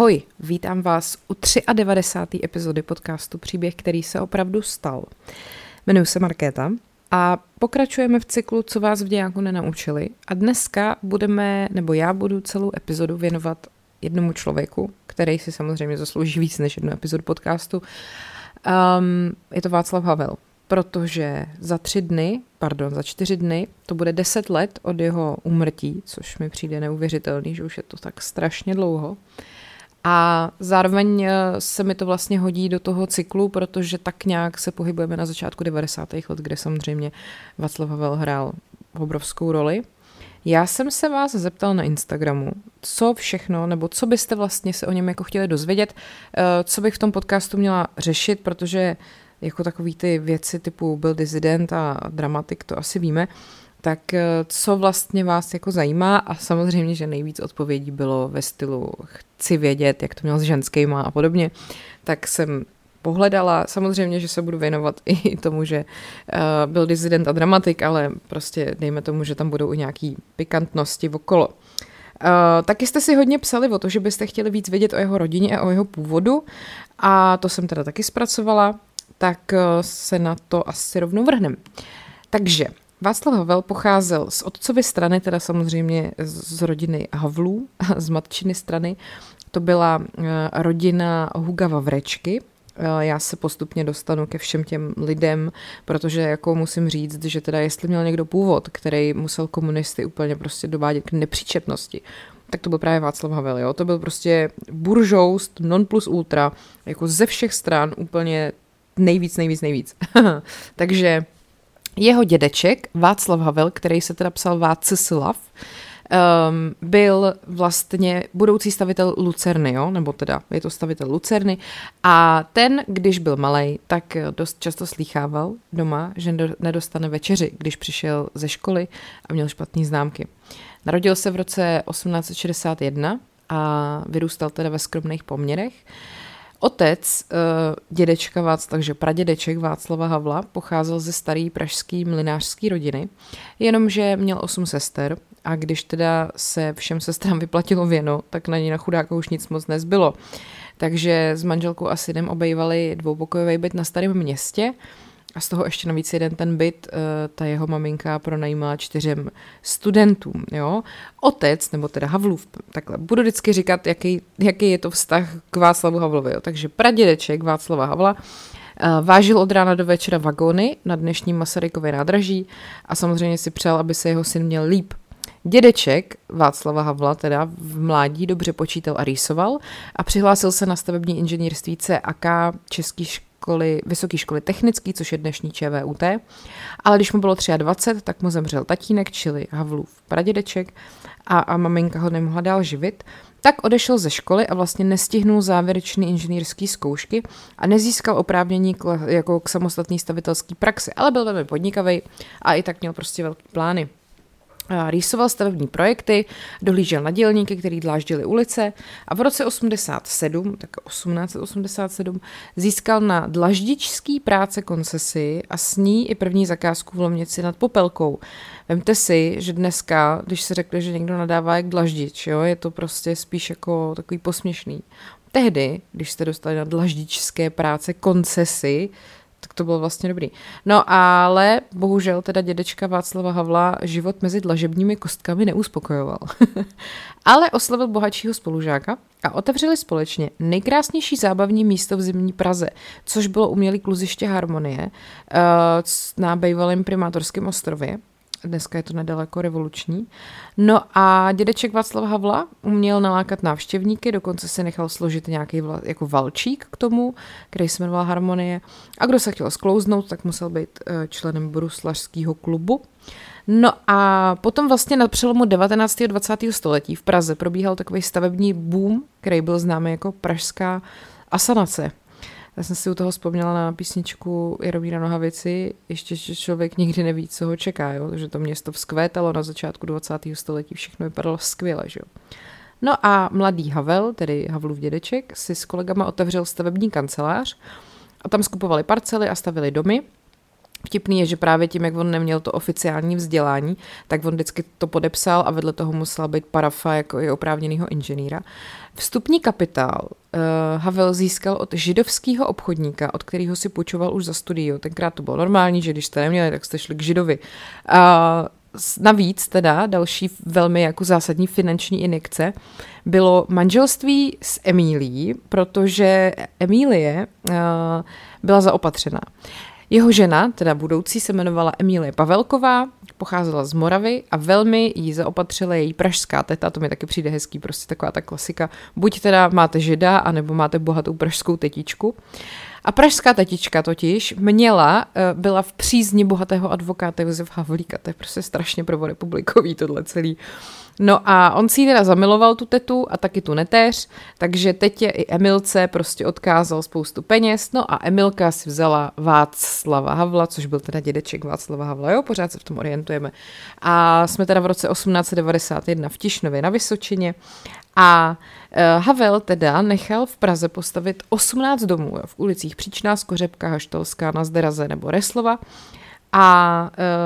Ahoj, vítám vás u 93. epizody podcastu Příběh, který se opravdu stal. Jmenuji se Markéta a pokračujeme v cyklu, co vás v dějáku nenaučili. A dneska já budu celou epizodu věnovat jednomu člověku, který si samozřejmě zaslouží víc než jednu epizodu podcastu. Je to Václav Havel, protože za 4 dny, to bude 10 let od jeho úmrtí, což mi přijde neuvěřitelný, že už je to tak strašně dlouho. A zároveň se mi to vlastně hodí do toho cyklu, protože tak nějak se pohybujeme na začátku 90. let, kde samozřejmě Václav Havel hrál obrovskou roli. Já jsem se vás zeptal na Instagramu, co všechno, nebo co byste vlastně se o něm jako chtěli dozvědět, co bych v tom podcastu měla řešit, protože jako takový ty věci typu byl disident a dramatik, to asi víme, tak co vlastně vás jako zajímá a samozřejmě, že nejvíc odpovědí bylo ve stylu chci vědět, jak to měl s ženskýma a podobně, tak jsem pohledala. Samozřejmě, že se budu věnovat i tomu, že byl disident a dramatik, ale prostě dejme tomu, že tam budou i nějaký pikantnosti okolo. Taky jste si hodně psali o to, že byste chtěli víc vědět o jeho rodině a o jeho původu a to jsem teda taky zpracovala, tak se na to asi rovnou vrhnem. Takže Václav Havel pocházel z otcovy strany, teda samozřejmě z rodiny Havlů, z matčiny strany. To byla rodina Huga Vavrečky. Já se postupně dostanu ke všem těm lidem, protože jako musím říct, že teda jestli měl někdo původ, který musel komunisty úplně prostě dovádět k nepříčetnosti, tak to byl právě Václav Havel, jo. To byl prostě buržoust non plus ultra, jako ze všech stran úplně nejvíc. Takže jeho dědeček Václav Havel, který se teda psal Václav, byl vlastně budoucí stavitel Lucerny, jo? Nebo teda je to stavitel Lucerny a ten, když byl malej, tak dost často slýchával doma, že nedostane večeři, když přišel ze školy a měl špatné známky. Narodil se v roce 1861 a vyrůstal teda ve skromných poměrech. Otec, dědečka takže pradědeček Václava Havla, pocházel ze staré pražské mlynářské rodiny, jenomže měl 8 sester a když teda se všem sestrám vyplatilo věno, tak na ní na chudáka už nic moc nezbylo. Takže s manželkou a synem obejvali dvoupokojový byt na Starém Městě a z toho ještě navíc jeden ten byt ta jeho maminka pronajímala 4 studentům. Jo? Otec, nebo teda Havlův, takhle, budu vždycky říkat, jaký je to vztah k Václavu Havlovi. Jo? Takže pradědeček Václava Havla vážil od rána do večera vagóny na dnešním Masarykově nádraží a samozřejmě si přál, aby se jeho syn měl líp. Dědeček Václava Havla teda v mládí dobře počítal a rýsoval a přihlásil se na stavební inženýrství CAK Vysoké školy technické, což je dnešní ČVUT, ale když mu bylo 23, tak mu zemřel tatínek, čili Havlův pradědeček a maminka ho nemohla dál živit, tak odešel ze školy a vlastně nestihnul závěrečné inženýrské zkoušky a nezískal oprávnění jako k samostatné stavitelské praxi, ale byl velmi podnikavý a i tak měl prostě velké plány. Rýsoval stavební projekty, dohlížel na dělníky, kteří dláždili ulice a v roce 1887 získal na dlaždičský práce koncesi a s ní i první zakázku v Lomnici nad Popelkou. Vemte si, že dneska, když se řekne, že někdo nadává jak dlaždič, jo, je to prostě spíš jako takový posměšný. Tehdy, když jste dostali na dlaždičské práce koncesi, tak to bylo vlastně dobrý. No ale bohužel teda dědečka Václava Havla život mezi dlažebními kostkami neuspokojoval. Ale oslavil bohatšího spolužáka a otevřeli společně nejkrásnější zábavní místo v zimní Praze, což bylo umělé kluziště Harmonie na bývalém Primátorském ostrově. Dneska je to nedaleko Revoluční. No a dědeček Václava Havla uměl nalákat návštěvníky, dokonce se nechal složit nějaký jako valčík k tomu, který se jmenoval Harmonie. A kdo se chtěl sklouznout, tak musel být členem bruslařského klubu. No a potom vlastně na přelomu 19. a 20. století v Praze probíhal takový stavební boom, který byl známý jako pražská asanace. Já jsem si u toho vzpomněla na písničku Jaromíra Nohavici, ještě že člověk nikdy neví, co ho čeká, jo? Takže to město vzkvétalo na začátku 20. století, všechno vypadalo skvěle. Že jo? No a mladý Havel, tedy Havlův dědeček, si s kolegama otevřel stavební kancelář a tam skupovali parcely a stavili domy. Vtipný je, že právě tím, jak on neměl to oficiální vzdělání, tak on vždycky to podepsal a vedle toho musela být parafa jako i oprávněného inženýra. Vstupní kapitál Havel získal od židovského obchodníka, od kterého si půjčoval už za studiu. Tenkrát to bylo normální, že když jste neměli, tak jste šli k židovi. Navíc teda další velmi jako zásadní finanční injekce bylo manželství s Emílií, protože Emílie byla zaopatřená. Jeho žena, teda budoucí, se jmenovala Emílie Pavelková, pocházela z Moravy a velmi jí zaopatřila její pražská teta, to mi taky přijde hezký, prostě taková ta klasika. Buď teda máte žida, anebo máte bohatou pražskou tetičku. A pražská tetička totiž byla v přízni bohatého advokáta Josefa Havlíka, to je prostě strašně prvorepublikový tohle celý. No a on si ji teda zamiloval tu tetu a taky tu netéř, takže teď je i Emilce prostě odkázal spoustu peněz, no a Emilka si vzala Václava Havla, což byl teda dědeček Václava Havla, jo, pořád se v tom orientujeme. A jsme teda v roce 1891 v Tišnově na Vysočině a Havel teda nechal v Praze postavit 18 domů, jo, v ulicích Příčná, Skořepka, Haštelská, Na Zderaze nebo Reslova a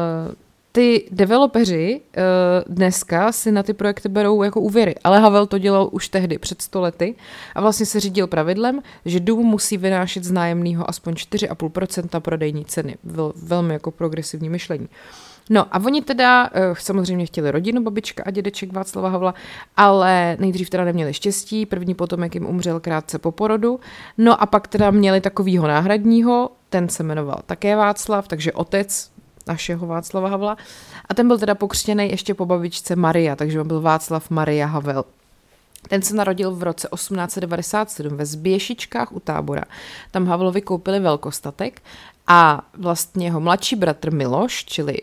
ty developeři dneska si na ty projekty berou jako úvěry, ale Havel to dělal už tehdy před 100 lety a vlastně se řídil pravidlem, že dům musí vynášet z nájemného aspoň 4,5% prodejní ceny. Velmi jako progresivní myšlení. No a oni teda samozřejmě chtěli rodinu, babička a dědeček Václava Havla, ale nejdřív teda neměli štěstí, první potomek jim umřel krátce po porodu, no a pak teda měli takovýho náhradního, ten se jmenoval také Václav, takže otec našeho Václava Havla a ten byl teda pokřtěný ještě po babičce Maria, takže on byl Václav Maria Havel. Ten se narodil v roce 1897 ve Zběšičkách u Tábora. Tam Havlovi koupili velkostatek a vlastně jeho mladší bratr Miloš, čili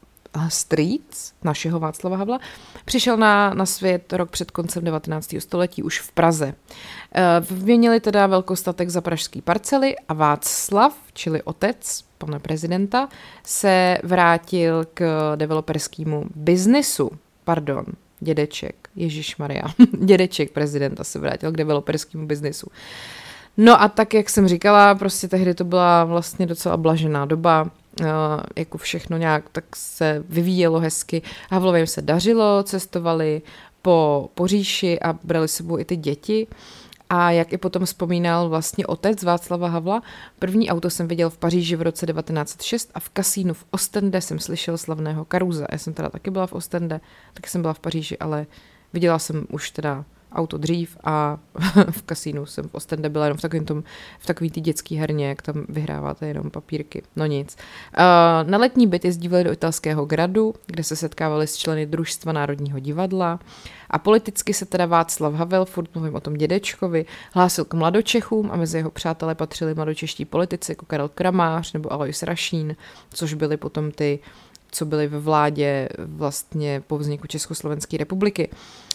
strýc našeho Václava Havla, přišel na svět rok před koncem 19. století už v Praze. Vyměnili teda velkostatek za pražský parcely a Václav, čili otec pana prezidenta, se vrátil k developerskému biznisu. Pardon, dědeček, ježišmarja, dědeček prezidenta se vrátil k developerskému biznisu. No a tak, jak jsem říkala, prostě tehdy to byla vlastně docela blažená doba, jako všechno nějak tak se vyvíjelo hezky. Havlovým se dařilo, cestovali po říši a brali s sebou i ty děti. A jak i potom vzpomínal vlastně otec Václava Havla, první auto jsem viděl v Paříži v roce 1906 a v kasínu v Ostende jsem slyšel slavného Carusa. Já jsem teda taky byla v Ostende, taky jsem byla v Paříži, ale viděla jsem už teda auto dřív a v kasínu jsem v Ostende byla jenom v takový ty dětský herně, jak tam vyhráváte jenom papírky. No nic. Na letní byt jezdívali do Italského gradu, kde se setkávali s členy Družstva Národního divadla a politicky se teda Václav Havel, furt mluvím o tom dědečkovi, hlásil k mladočechům a mezi jeho přátelé patřili mladočeští politici jako Karel Kramář nebo Alois Rašín, což byli potom ty, co byli ve vládě vlastně po vzniku Československé republiky.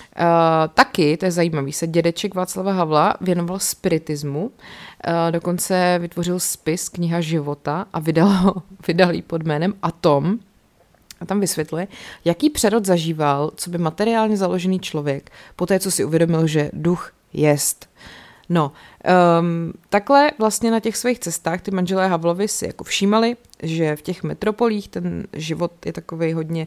Taky, to je zajímavý, se dědeček Václava Havla věnoval spiritismu, dokonce vytvořil spis Kniha života a vydal ji pod jménem Atom. A tam vysvětluje, jaký přerod zažíval, co by materiálně založený člověk, poté co si uvědomil, že duch jest. No, takhle vlastně na těch svých cestách ty manželé Havlovi si jako všímali, že v těch metropolích ten život je takovej hodně,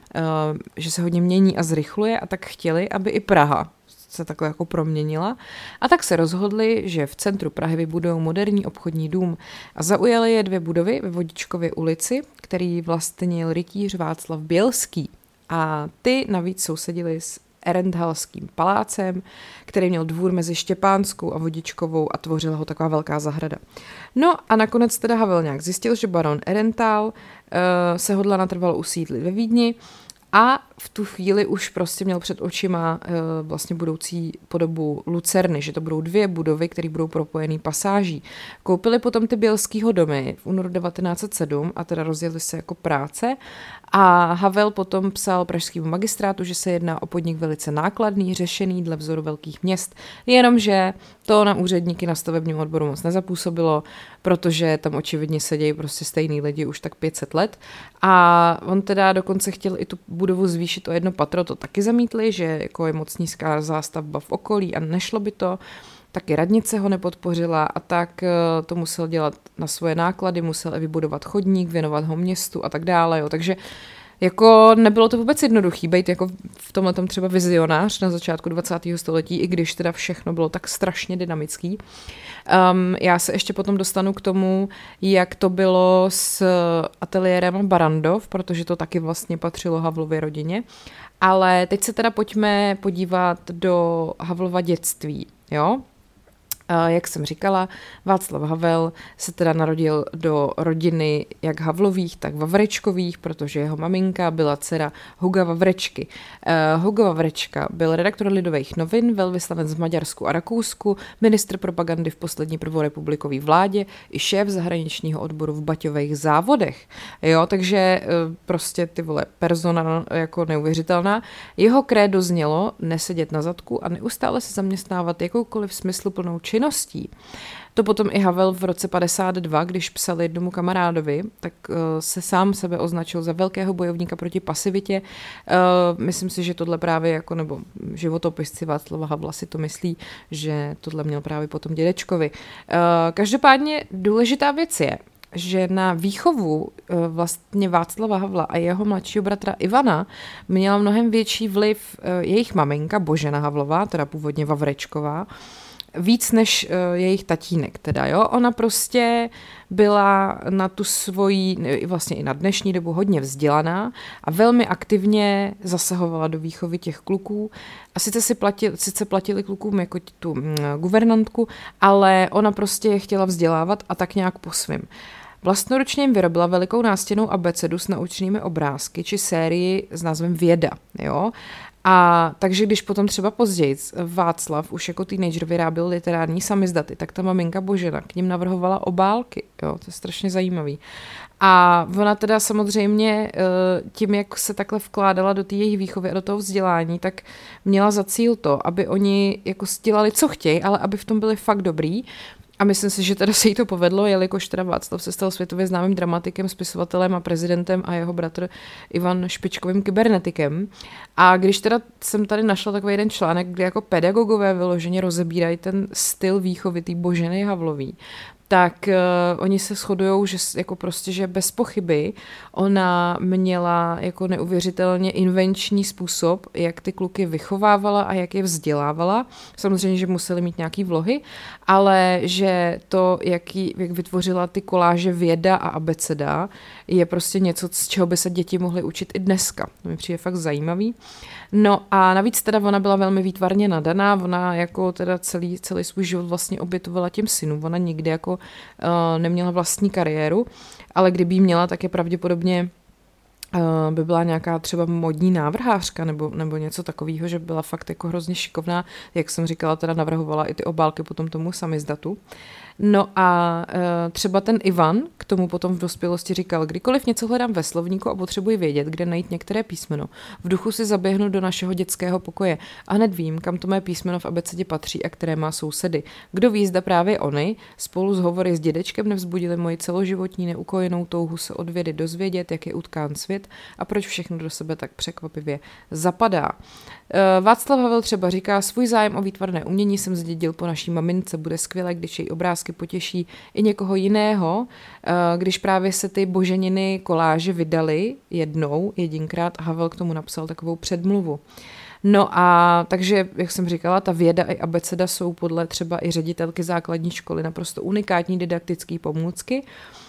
že se hodně mění a zrychluje a tak chtěli, aby i Praha se takhle jako proměnila. A tak se rozhodli, že v centru Prahy vybudou moderní obchodní dům a zaujaly je 2 budovy ve Vodičkově ulici, který vlastnil rytíř Václav Bělský. A ty navíc sousedili s Erenthalským palácem, který měl dvůr mezi Štěpánskou a Vodičkovou a tvořila ho taková velká zahrada. No a nakonec teda Havel nějak zjistil, že baron Erenthal se hodlá natrvalo usídlit ve Vídni a v tu chvíli už prostě měl před očima vlastně budoucí podobu Lucerny, že to budou 2 budovy, které budou propojený pasáží. Koupili potom ty Bělskýho domy v únoru 1907 a teda rozjeli se jako práce a Havel potom psal pražskému magistrátu, že se jedná o podnik velice nákladný, řešený dle vzoru velkých měst, jenomže to na úředníky na stavebním odboru moc nezapůsobilo, protože tam očividně sedějí prostě stejný lidi už tak 500 let a on teda dokonce chtěl i tu budovu zvýšit o 1 patro, to taky zamítli, že jako je moc nízká zástavba v okolí a nešlo by to. taky radnice ho nepodpořila a tak to musel dělat na svoje náklady, musel vybudovat chodník, věnovat ho městu a tak dále. Jo. Takže jako nebylo to vůbec jednoduchý být jako v tomhletom třeba vizionář na začátku 20. století, i když teda všechno bylo tak strašně dynamický. Já se ještě potom dostanu k tomu, jak to bylo s ateliérem Barrandov, protože to taky vlastně patřilo Havlově rodině. Ale teď se teda pojďme podívat do Havlova dětství, jo? Jak jsem říkala, Václav Havel se teda narodil do rodiny jak Havlových, tak Vavrečkových, protože jeho maminka byla dcera Huga Vavrečky. Hugo Vavrečka byl redaktor Lidových novin, velvyslanec v Maďarsku a Rakousku, ministr propagandy v poslední prvorepublikové vládě i šéf zahraničního odboru v Baťových závodech. Jo, takže prostě ty vole persona jako neuvěřitelná. Jeho krédo znělo nesedět na zadku a neustále se zaměstnávat jakoukoliv smysluplnou činností. To potom i Havel v roce 52, když psal jednomu kamarádovi, tak se sám sebe označil za velkého bojovníka proti pasivitě. Myslím si, že tohle právě jako, nebo životopisci Václava Havla si to myslí, že tohle měl právě potom dědečkovi. Každopádně důležitá věc je, že na výchovu vlastně Václava Havla a jeho mladšího bratra Ivana měla mnohem větší vliv jejich maminka Božena Havlová, teda původně Vavrečková, víc než jejich tatínek teda, jo. Ona prostě byla na tu svoji, vlastně i na dnešní dobu hodně vzdělaná a velmi aktivně zasahovala do výchovy těch kluků. A sice platili klukům jako tu guvernantku, ale ona prostě je chtěla vzdělávat a tak nějak po svým. Vlastnoručně jim vyrobila velikou nástěnnou abecedu s naučnými obrázky či sérii s názvem Věda, jo. A takže když potom třeba později Václav už jako teenager vyráběl literární samizdaty, tak ta maminka Božena k ním navrhovala obálky, jo, to je strašně zajímavý. A ona teda samozřejmě tím, jak se takhle vkládala do té jejich výchovy a do toho vzdělání, tak měla za cíl to, aby oni jako dělali, co chtějí, ale aby v tom byli fakt dobrý. A myslím si, že teda se jí to povedlo, jelikož teda Václav se stal světově známým dramatikem, spisovatelem a prezidentem a jeho bratr Ivan špičkovým kybernetikem. A když teda jsem tady našla takový jeden článek, kde jako pedagogové vyloženě rozebírají ten styl výchovy té Boženy Havlový, tak oni se shodujou, že jako prostě, že bez pochyby ona měla jako neuvěřitelně invenční způsob, jak ty kluky vychovávala a jak je vzdělávala. Samozřejmě, že museli mít nějaký vlohy, ale že to, jak vytvořila ty koláže Věda a abeceda, je prostě něco, z čeho by se děti mohly učit i dneska. To mi přijde fakt zajímavý. No a navíc teda ona byla velmi výtvarně nadaná, ona jako teda celý svůj život vlastně obětovala těm synům, ona nikdy jako neměla vlastní kariéru, ale kdyby ji měla, tak je pravděpodobně by byla nějaká třeba modní návrhářka nebo něco takového, že byla fakt jako hrozně šikovná, jak jsem říkala, teda navrhovala i ty obálky potom tomu samizdatu. No a třeba ten Ivan k tomu potom v dospělosti říkal, kdykoliv něco hledám ve slovníku a potřebuji vědět, kde najít některé písmeno, v duchu si zaběhnu do našeho dětského pokoje a hned vím, kam to mé písmeno v abecedě patří a které má sousedy. Kdo ví, zda právě oni spolu s hovory s dědečkem nevzbudili moji celoživotní neukojenou touhu se od vědy dozvědět, jak je utkán svět a proč všechno do sebe tak překvapivě zapadá. Václav Havel třeba říká, svůj zájem o výtvarné umění jsem zdědil po naší mamince, bude skvělé, když její obrázky potěší i někoho jiného, když právě se ty Boženiny koláže vydaly jedinkrát, Havel k tomu napsal takovou předmluvu. No a takže, jak jsem říkala, ta Věda i abeceda jsou podle třeba i ředitelky základní školy naprosto unikátní didaktické pomůcky,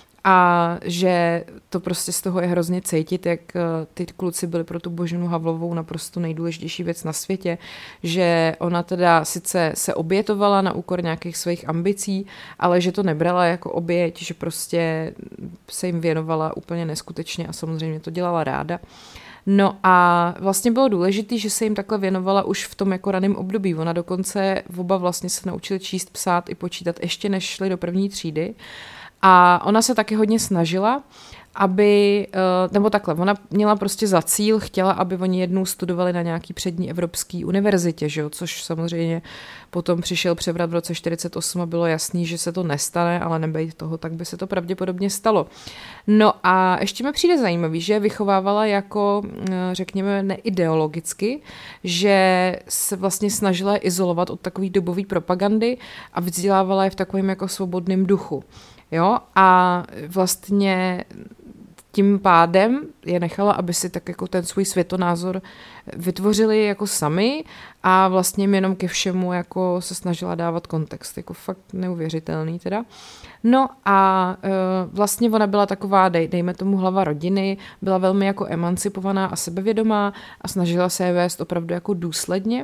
a že to prostě z toho je hrozně cítit, jak ty kluci byli pro tu Boženu Havlovou naprosto nejdůležitější věc na světě, že ona teda sice se obětovala na úkor nějakých svých ambicí, ale že to nebrala jako oběť, že prostě se jim věnovala úplně neskutečně a samozřejmě to dělala ráda. No a vlastně bylo důležité, že se jim takhle věnovala už v tom jako raném období. Ona dokonce oba vlastně se naučili číst, psát i počítat ještě než šli do první třídy. A ona se taky hodně snažila aby, nebo takhle, ona měla prostě za cíl, chtěla, aby oni jednou studovali na nějaký přední evropský univerzitě, že jo? Což samozřejmě potom přišel převrat v roce 1948 a bylo jasný, že se to nestane, ale nebejt toho, tak by se to pravděpodobně stalo. No a ještě mi přijde zajímavý, že vychovávala jako, řekněme, neideologicky, že se vlastně snažila izolovat od takové dobové propagandy a vzdělávala je v takovém jako svobodném duchu. Jo? A vlastně tím pádem je nechala, aby si tak jako ten svůj světonázor vytvořili jako sami a vlastně jenom ke všemu jako se snažila dávat kontext. Jako fakt neuvěřitelný teda. No a vlastně ona byla taková, dejme tomu hlava rodiny, byla velmi jako emancipovaná a sebevědomá a snažila se je vést opravdu jako důsledně.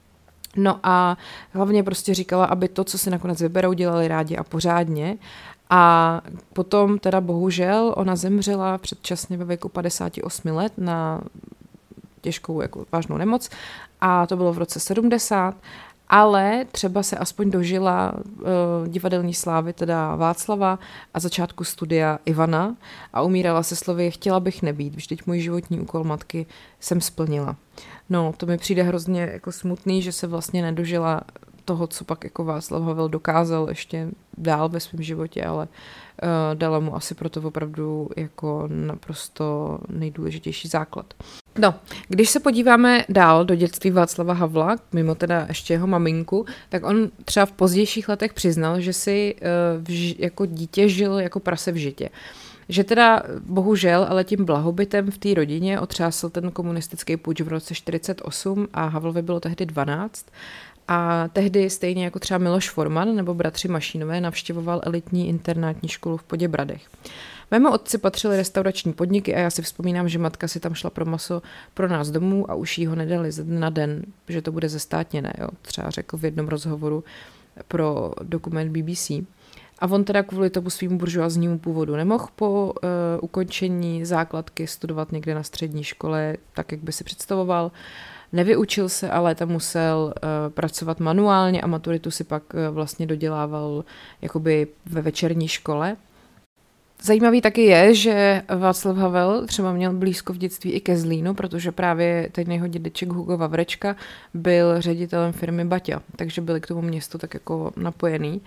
No a hlavně prostě říkala, aby to, co si nakonec vyberou, dělali rádi a pořádně. A potom teda bohužel ona zemřela předčasně ve věku 58 let na těžkou jako vážnou nemoc a to bylo v roce 70, ale třeba se aspoň dožila divadelní slávy teda Václava a začátku studia Ivana a umírala se slovy chtěla bych nebýt, vždyť můj životní úkol matky jsem splnila. No, to mi přijde hrozně jako smutný, že se vlastně nedožila toho, co pak jako Václav Havel dokázal ještě dál ve svém životě, ale dala mu asi proto opravdu jako naprosto nejdůležitější základ. No, když se podíváme dál do dětství Václava Havla, mimo teda ještě jeho maminku, tak on třeba v pozdějších letech přiznal, že si jako dítě žil jako prase v žitě. Že teda bohužel, ale tím blahobytem v té rodině otřásl ten komunistický puč v roce 1948 a Havlovi bylo tehdy 12. A tehdy stejně jako třeba Miloš Forman nebo bratři Mašínové navštěvoval elitní internátní školu v Poděbradech. Mému otci patřily restaurační podniky a já si vzpomínám, že matka si tam šla pro maso pro nás domů a už jí ho nedali ze dne na den, že to bude zestátněné, jo, třeba řekl v jednom rozhovoru pro dokument BBC. A on teda kvůli tomu svýmu buržoaznímu původu nemohl po ukončení základky studovat někde na střední škole, tak jak by si představoval. Nevyučil se, ale tam musel pracovat manuálně a maturitu si pak vlastně dodělával jakoby ve večerní škole. Zajímavý taky je, že Václav Havel třeba měl blízko v dětství i ke Zlínu, protože právě ten jeho dědeček Hugo Vavrečka byl ředitelem firmy Baťa, takže byli k tomu městu tak jako napojený.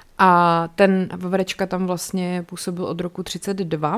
A ten Vavrečka tam vlastně působil od roku 1932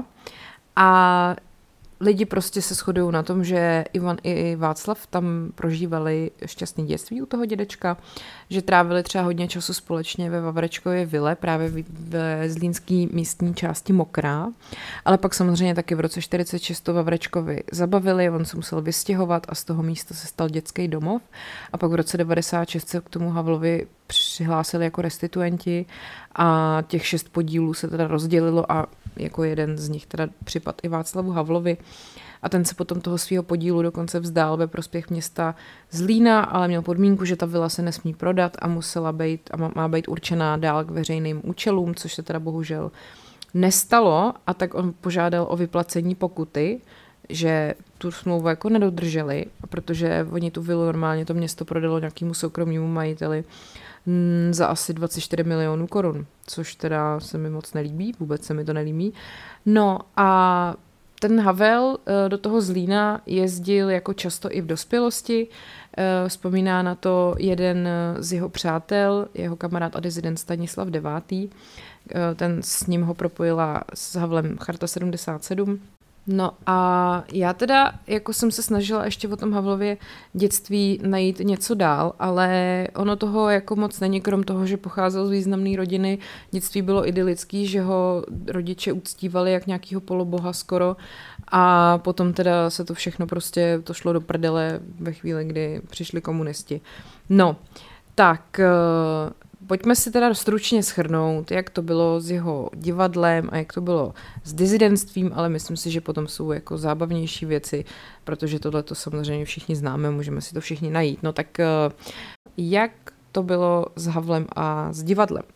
a lidi prostě se shodují na tom, že Ivan i Václav tam prožívali šťastný dětství u toho dědečka, že trávili třeba hodně času společně ve Vavrečkově vile, právě ve zlínské místní části Mokrá, ale pak samozřejmě taky v roce 1946 to Vavrečkovi zabavili, on se musel vystěhovat a z toho místa se stal dětský domov a pak v roce 1996 se k tomu Havlovi přihlásili jako restituenti a těch 6 podílů se teda rozdělilo a jako jeden z nich teda připad i Václavu Havlovi a ten se potom toho svého podílu dokonce vzdál ve prospěch města Zlína, ale měl podmínku, že ta vila se nesmí prodat a musela být a má být určená dál k veřejným účelům, což se teda bohužel nestalo a tak on požádal o vyplacení pokuty, že tu smlouvu jako nedodrželi, protože oni tu vilu normálně to město prodalo nějakému soukromému majiteli za asi 24 milionů korun, což teda se mi moc nelíbí, vůbec se mi to nelíbí. No a ten Havel do toho Zlína jezdil jako často i v dospělosti, vzpomíná na to jeden z jeho přátel, jeho kamarád a dizident Stanislav IX. Ten s ním ho propojila s Havlem Charta 77. No a já teda jako jsem se snažila ještě o tom Havlově dětství najít něco dál, ale ono toho jako moc není, krom toho, že pocházel z významné rodiny, dětství bylo idylický, že ho rodiče uctívali jak nějakýho poloboha skoro a potom teda se to všechno prostě, to šlo do prdele ve chvíli, kdy přišli komunisti. No, tak pojďme si teda stručně shrnout, jak to bylo s jeho divadlem a jak to bylo s dizidentstvím, ale myslím si, že potom jsou jako zábavnější věci, protože tohle to samozřejmě všichni známe, můžeme si to všichni najít. No tak jak to bylo s Havlem a s divadlem?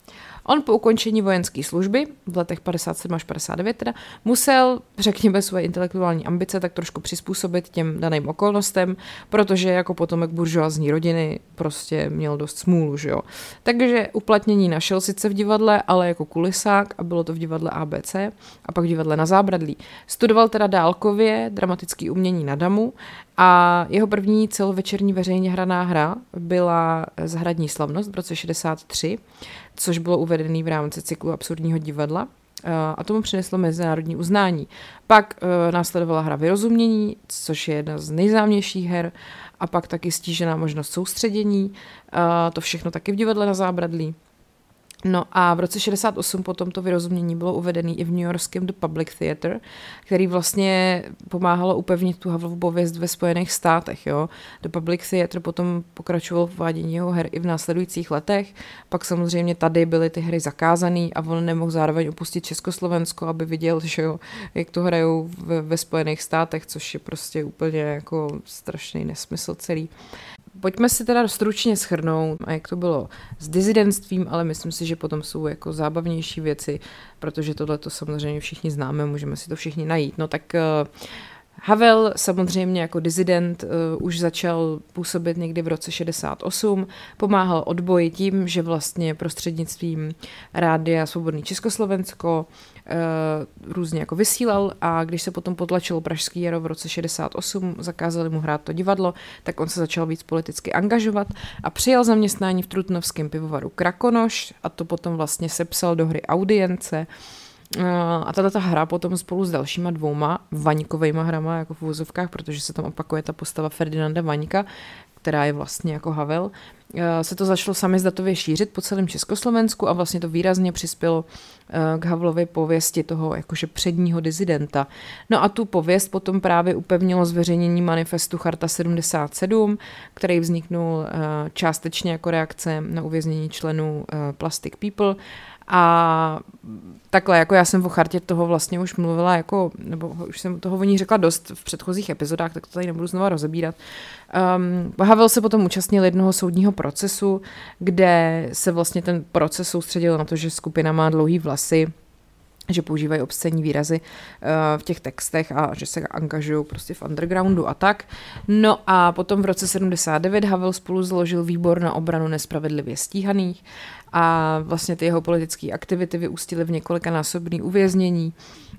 On po ukončení vojenské služby v letech 57 až 59 teda musel, řekněme, své intelektuální ambice tak trošku přizpůsobit těm daným okolnostem, protože jako potomek buržoazní rodiny prostě měl dost smůlu, že jo. Takže uplatnění našel sice v divadle, ale jako kulisák a bylo to v divadle ABC a pak v divadle Na Zábradlí. Studoval teda dálkově dramatické umění na Damu a jeho první celovečerní veřejně hraná hra byla Zahradní slavnost v roce 63, což bylo uvedený v rámci cyklu absurdního divadla a tomu přineslo mezinárodní uznání. Pak následovala hra Vyrozumění, což je jedna z nejznámějších her, a pak taky Stížená možnost soustředění, to všechno taky v divadle Na Zábradlí. No a v roce 68 potom to Vyrozumění bylo uvedený i v newyorském The Public Theatre, který vlastně pomáhalo upevnit tu Havlovu pověst ve Spojených státech. Jo. The Public Theatre potom pokračoval v vádění jeho her i v následujících letech, pak samozřejmě tady byly ty hry zakázaný a on nemohl zároveň opustit Československo, aby viděl, že jo, jak to hrajou ve Spojených státech, což je prostě úplně jako strašný nesmysl celý. Pojďme si teda stručně shrnout, jak to bylo s dizidentstvím, ale myslím si, že potom jsou jako zábavnější věci, protože tohle to samozřejmě všichni známe, můžeme si to všichni najít. No tak Havel samozřejmě jako disident už začal působit někdy v roce 68, pomáhal odboji tím, že vlastně prostřednictvím Rádia Svobodný Československo různě jako vysílal a když se potom potlačilo Pražský jaro v roce 68, zakázali mu hrát to divadlo, tak on se začal víc politicky angažovat a přijal zaměstnání v trutnovském pivovaru Krakonoš a to potom vlastně sepsal do hry Audience. A tato hra potom spolu s dalšíma 2 Vaňkovejma hrama, jako v uvozovkách, protože se tam opakuje ta postava Ferdinanda Vaňka, která je vlastně jako Havel, se to začalo samizdatově šířit po celém Československu a vlastně to výrazně přispělo k Havlově pověsti toho jakože předního dizidenta. No a tu pověst potom právě upevnilo zveřejnění manifestu Charta 77, který vzniknul částečně jako reakce na uvěznění členů Plastic People. A takhle, jako já jsem o chartě toho vlastně už mluvila, jako, nebo už jsem toho o ní řekla dost v předchozích epizodách, tak to tady nebudu znova rozebírat. Havel se potom účastnil jednoho soudního procesu, kde se vlastně ten proces soustředil na to, že skupina má dlouhý vlasy, že používají obscénní výrazy v těch textech a že se angažují prostě v undergroundu a tak. No a potom v roce 79 Havel spolu založil výbor na obranu nespravedlivě stíhaných a vlastně ty jeho politické aktivity vyústily v několikanásobné uvěznění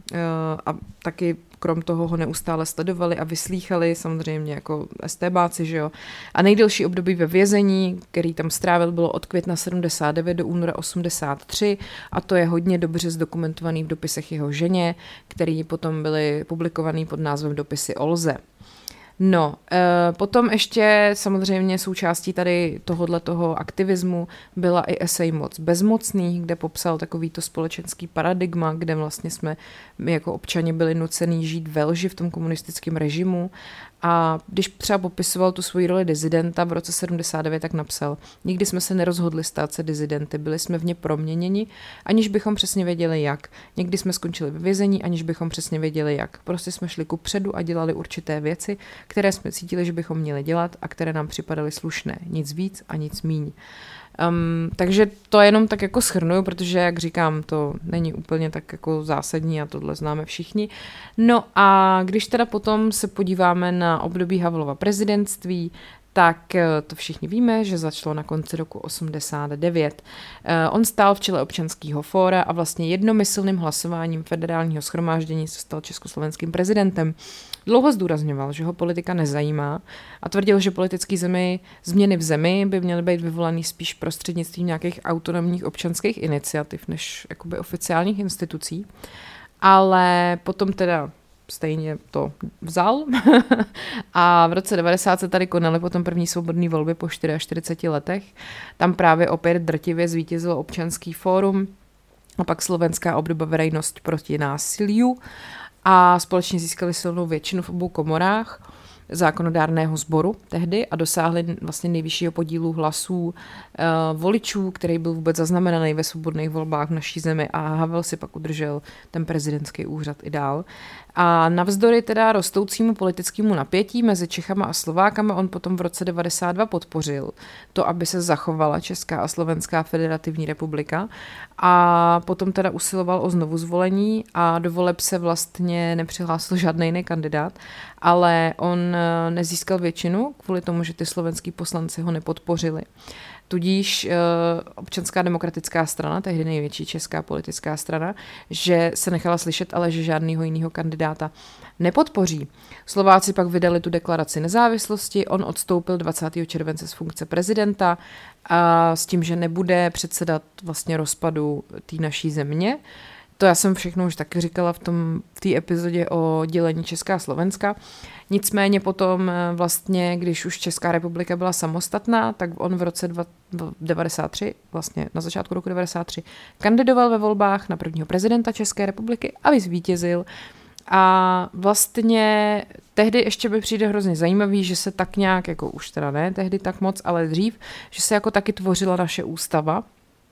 a taky krom toho ho neustále sledovali a vyslýchali samozřejmě jako estébáci, že jo. A nejdelší období ve vězení, který tam strávil, bylo od května 79 do února 83 a to je hodně dobře zdokumentovaný v dopisech jeho ženě, který potom byly publikovaný pod názvem Dopisy Olze. No, potom ještě samozřejmě součástí tady tohoto aktivismu byla i esej Moc bezmocných, kde popsal takovýto společenský paradigma, kde vlastně jsme my jako občani byli nucený žít ve lži v tom komunistickém režimu. A když třeba popisoval tu svoji roli dizidenta v roce 79, tak napsal: nikdy jsme se nerozhodli stát se dizidenty, byli jsme v ně proměněni, aniž bychom přesně věděli jak. Někdy jsme skončili ve vězení, aniž bychom přesně věděli jak. Prostě jsme šli kupředu a dělali určité věci, které jsme cítili, že bychom měli dělat a které nám připadaly slušné. Nic víc a nic míň. Takže to jenom tak jako shrnuju, protože, jak říkám, to není úplně tak jako zásadní a tohle známe všichni. No a když teda potom se podíváme na období Havlova prezidentství, tak to všichni víme, že začalo na konci roku 89. On stál v čele občanského fóra a vlastně jednomyslným hlasováním federálního shromáždění se stal československým prezidentem. Dlouho zdůrazňoval, že ho politika nezajímá a tvrdil, že politické změny v zemi by měly být vyvolaný spíš prostřednictvím nějakých autonomních občanských iniciativ než jakoby oficiálních institucí. Ale potom teda stejně to vzal a v roce 90 se tady konaly potom první svobodné volby po 44 letech. Tam právě opět drtivě zvítězilo občanský fórum a pak slovenská obdoba Verejnosť proti násiliu a společně získali silnou většinu v obou komorách. zákonodárného sboru tehdy a dosáhli vlastně nejvyššího podílu hlasů voličů, který byl vůbec zaznamenaný ve svobodných volbách v naší zemi a Havel si pak udržel ten prezidentský úřad i dál. A navzdory teda rostoucímu politickému napětí mezi Čechama a Slovákama on potom v roce 92 podpořil to, aby se zachovala Česká a Slovenská federativní republika a potom teda usiloval o znovuzvolení a do voleb se vlastně nepřihlásil žádný jiný kandidát, ale on nezískal většinu kvůli tomu, že ty slovenský poslanci ho nepodpořili. Tudíž Občanská demokratická strana, tehdy největší česká politická strana, že se nechala slyšet, ale že žádného jiného kandidáta nepodpoří. Slováci pak vydali tu deklaraci nezávislosti, on odstoupil 20. července z funkce prezidenta a s tím, že nebude předsedat vlastně rozpadu té naší země. To já jsem všechno už taky říkala v té epizodě o dělení Česká a Slovenska. Nicméně potom vlastně, když už Česká republika byla samostatná, tak on v roce 93, vlastně na začátku roku 93, kandidoval ve volbách na prvního prezidenta České republiky a vyzvítězil. A vlastně tehdy ještě mi přijde hrozně zajímavý, že se tak nějak, jako už teda ne tehdy tak moc, ale dřív, že se jako taky tvořila naše ústava.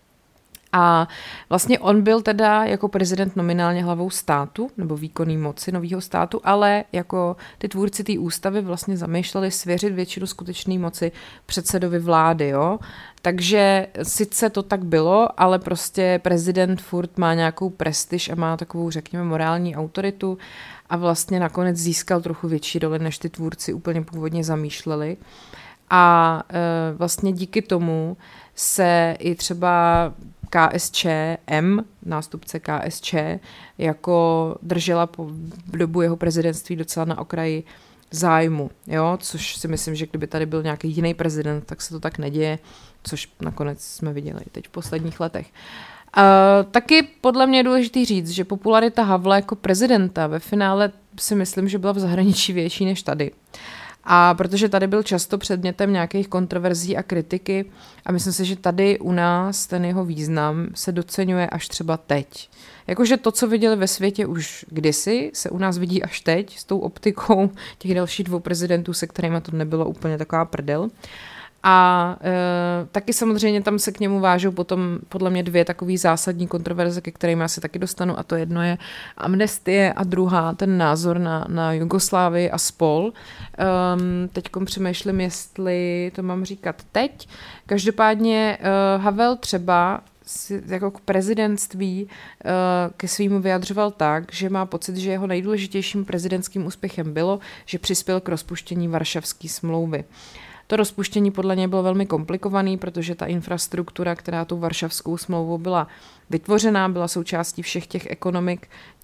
A vlastně on byl teda jako prezident nominálně hlavou státu, nebo výkonný moci nového státu, ale jako ty tvůrci té ústavy vlastně zamýšleli svěřit většinu skutečné moci předsedovi vlády, jo. Takže sice to tak bylo, ale prostě prezident furt má nějakou prestiž a má takovou, řekněme, morální autoritu a vlastně nakonec získal trochu větší roli, než ty tvůrci úplně původně zamýšleli. A vlastně díky tomu se i třeba KSČM, nástupce KSČ, jako držela po dobu jeho prezidentství docela na okraji zájmu, jo? Což si myslím, že kdyby tady byl nějaký jiný prezident, tak se to tak neděje, což nakonec jsme viděli teď v posledních letech. Taky podle mě je důležitý říct, že popularita Havla jako prezidenta ve finále si myslím, že byla v zahraničí větší než tady. A protože tady byl často předmětem nějakých kontroverzí a kritiky a myslím si, že tady u nás ten jeho význam se doceňuje až třeba teď. Jakože to, co viděli ve světě už kdysi, se u nás vidí až teď s tou optikou těch dalších 2 prezidentů, se kterými to nebylo úplně taková prdel. A taky samozřejmě tam se k němu vážou potom podle mě 2 takový zásadní kontroverze, ke kterým já se taky dostanu, a to jedno je amnestie a druhá ten názor na Jugoslávii a spol. Teďkom přemýšlím, jestli to mám říkat teď. Každopádně Havel třeba jako k prezidentství ke svýmu vyjadřoval tak, že má pocit, že jeho nejdůležitějším prezidentským úspěchem bylo, že přispěl k rozpuštění Varšavské smlouvy. To rozpuštění podle něj bylo velmi komplikovaný, protože ta infrastruktura, která tou Varšavskou smlouvou byla vytvořená, byla součástí všech těch ekonomik,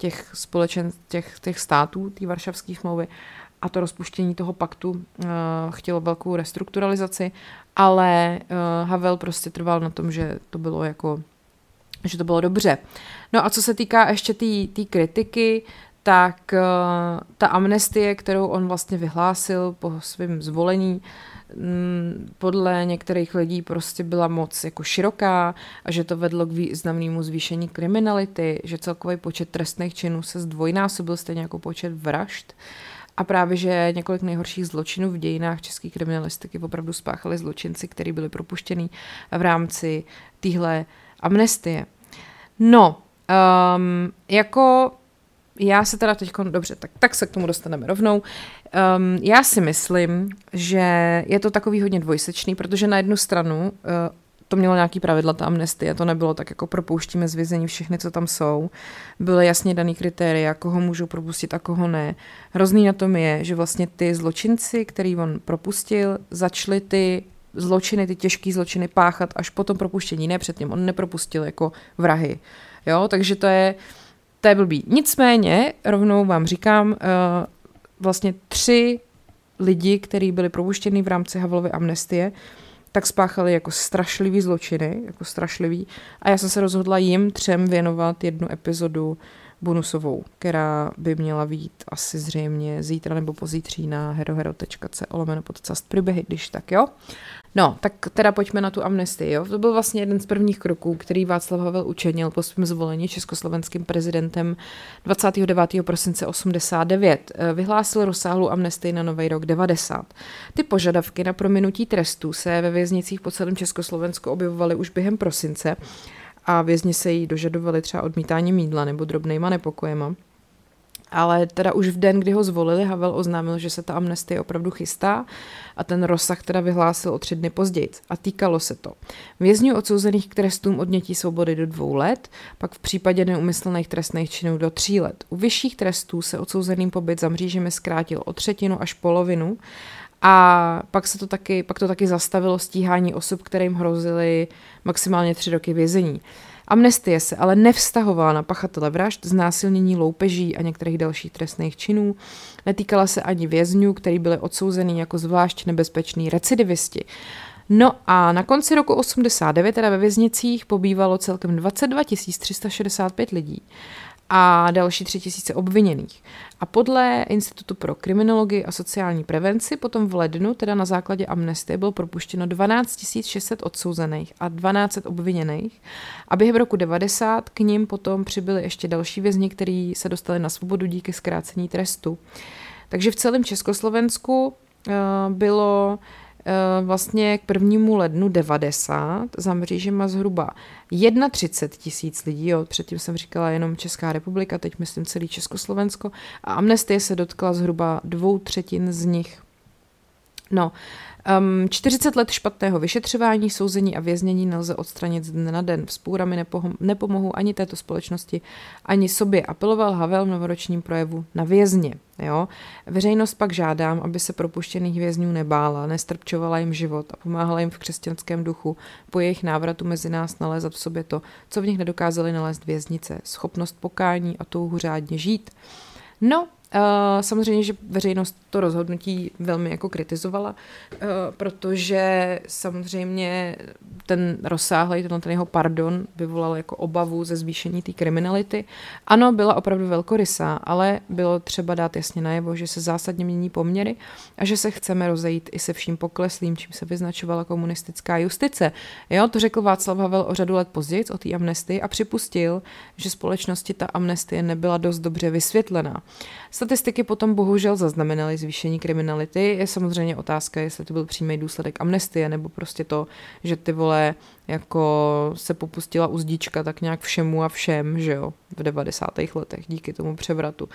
těch států, té Varšavské smlouvy, a to rozpuštění toho paktu chtělo velkou restrukturalizaci, ale Havel prostě trval na tom, že to bylo dobře. No a co se týká ještě té kritiky, tak ta amnestie, kterou on vlastně vyhlásil po svém zvolení, podle některých lidí prostě byla moc jako široká a že to vedlo k významnému zvýšení kriminality, že celkový počet trestných činů se zdvojnásobil stejně jako počet vražd a právě, že několik nejhorších zločinů v dějinách české kriminalistiky opravdu spáchali zločinci, kteří byli propuštěni v rámci téhle amnestie. No, jako já se teda teď, dobře, tak se k tomu dostaneme rovnou. Já si myslím, že je to takový hodně dvojsečný, protože na jednu stranu to mělo nějaký pravidla, ta amnestie, to nebylo tak jako propouštíme z vězení všechny, co tam jsou. Byly jasně daný kritéria, koho můžou propustit a koho ne. Hrozný na tom je, že vlastně ty zločinci, který on propustil, začali ty zločiny, ty těžké zločiny páchat až po tom propuštění, ne předtím. On nepropustil jako vrahy. Jo, takže to je blbý. Nicméně, rovnou vám říkám, vlastně 3 lidi, kteří byli propuštěni v rámci Havlovy amnestie, tak spáchali jako strašlivý zločiny, jako strašlivý. A já jsem se rozhodla jim 3 věnovat jednu epizodu bonusovou, která by měla být asi zřejmě zítra nebo pozítří na herohero.co/podcast příběhy, když tak, jo. No, tak teda pojďme na tu amnestii, jo. To byl vlastně jeden z prvních kroků, který Václav Havel učinil po svém zvolení československým prezidentem 29. prosince 89. Vyhlásil rozsáhlou amnestii na Nový rok 90. Ty požadavky na prominutí trestů se ve věznicích po celém Československu objevovaly už během prosince a vězni se jí dožadovali třeba odmítáním jídla nebo drobnejma nepokojema. Ale teda už v den, kdy ho zvolili, Havel oznámil, že se ta amnestie opravdu chystá a ten rozsah teda vyhlásil o 3 dny později. A týkalo se to vězňů odsouzených k trestům odnětí svobody do 2 let, pak v případě neumyslných trestných činů do 3 let. U vyšších trestů se odsouzeným pobyt za mřížemi zkrátil o 1/3 až polovinu a pak to taky zastavilo stíhání osob, kterým hrozily maximálně 3 roky vězení. Amnestie se ale nevztahovala na pachatele vražd, znásilnění, loupeží a některých dalších trestných činů. Netýkala se ani vězňů, kteří byli odsouzení jako zvlášť nebezpeční recidivisti. No a na konci roku 89 teda ve věznicích pobývalo celkem 22 365 lidí a další 3 000 obviněných. A podle Institutu pro kriminologii a sociální prevenci potom v lednu, teda na základě amnestie, bylo propuštěno 12 600 odsouzených a 1200 obviněných. A během roku 90 k nim potom přibyli ještě další vězni, kteří se dostali na svobodu díky zkrácení trestu. Takže v celém Československu bylo vlastně k 1. lednu 90 za mřížema zhruba 31 000 lidí, jo, předtím jsem říkala jenom Česká republika, teď myslím celý Československo a amnestie se dotkla zhruba 2/3 z nich. No, 40 let špatného vyšetřování, souzení a věznění nelze odstranit z dne na den. Vzpůrami nepomohou ani této společnosti, ani sobě, apeloval Havel v novoročním projevu na vězně. Jo? Veřejnost pak žádám, aby se propuštěných vězňů nebála, nestrpčovala jim život a pomáhala jim v křesťanském duchu po jejich návratu mezi nás nalézat v sobě to, co v nich nedokázali nalézt věznice, schopnost pokání a touhu řádně žít. No, samozřejmě, že veřejnost to rozhodnutí velmi jako kritizovala, protože samozřejmě ten rozsáhlej, ten jeho pardon vyvolal jako obavu ze zvýšení té kriminality. Ano, byla opravdu velkorysá, ale bylo třeba dát jasně najevo, že se zásadně mění poměry a že se chceme rozejít i se vším pokleslým, čím se vyznačovala komunistická justice. Jo, to řekl Václav Havel o řadu let později o té amnestii a připustil, že společnosti ta amnestie nebyla dost dobře vysvětlená. Statistiky potom bohužel zaznamenaly zvýšení kriminality. Je samozřejmě otázka, jestli to byl přímý důsledek amnestie, nebo prostě to, že ty vole jako se popustila uzdička tak nějak všemu a všem, že jo, v 90. letech díky tomu převratu.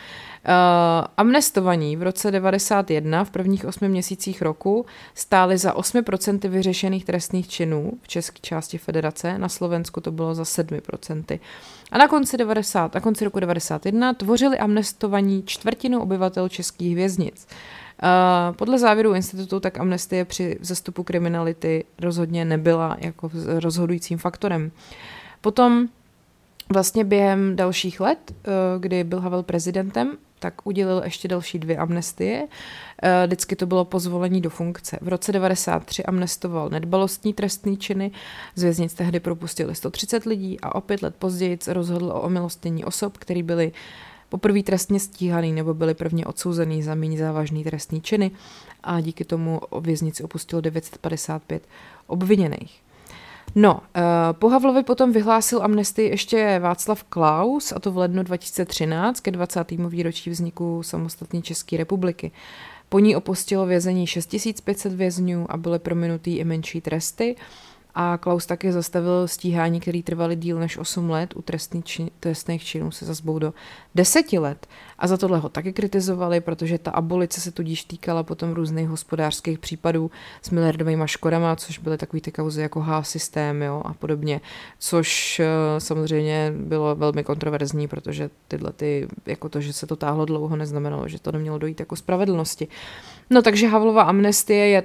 Amnestovaní v roce 91 v prvních 8 měsících roku stáli za 8% vyřešených trestných činů v české části federace, na Slovensku to bylo za 7%. A na konci roku 91 tvořili amnestovaní 1/4 obyvatel českých věznic. Podle závěru institutu tak amnestie při vzestupu kriminality rozhodně nebyla jako rozhodujícím faktorem. Potom vlastně během dalších let, kdy byl Havel prezidentem, tak udělil ještě další 2 amnestie. Vždycky to bylo po zvolení do funkce. V roce 93 amnestoval nedbalostní trestné činy, z věznic tehdy propustili 130 lidí a o 5 let později rozhodl o omilostnění osob, který byli poprvé trestně stíhaný nebo byli prvně odsouzený za méně závažný trestný činy a díky tomu věznici opustilo 955 obviněných. No, po Havlovi potom vyhlásil amnestii ještě Václav Klaus, a to v lednu 2013 ke 20. výročí vzniku samostatné České republiky. Po ní opustilo vězení 6500 vězňů a byly prominutý i menší tresty. A Klaus taky zastavil stíhání, které trvaly díl než 8 let, u trestných činů se zazbou do 10 let. A za tohle ho taky kritizovali, protože ta abolice se tudíž týkala potom různých hospodářských případů s miliardovými škodama, což byly takový ty kauzy jako H-systém, jo, a podobně, což samozřejmě bylo velmi kontroverzní, protože jako to, že se to táhlo dlouho, neznamenalo, že to nemělo dojít jako spravedlnosti. No takže Havlova amnestie je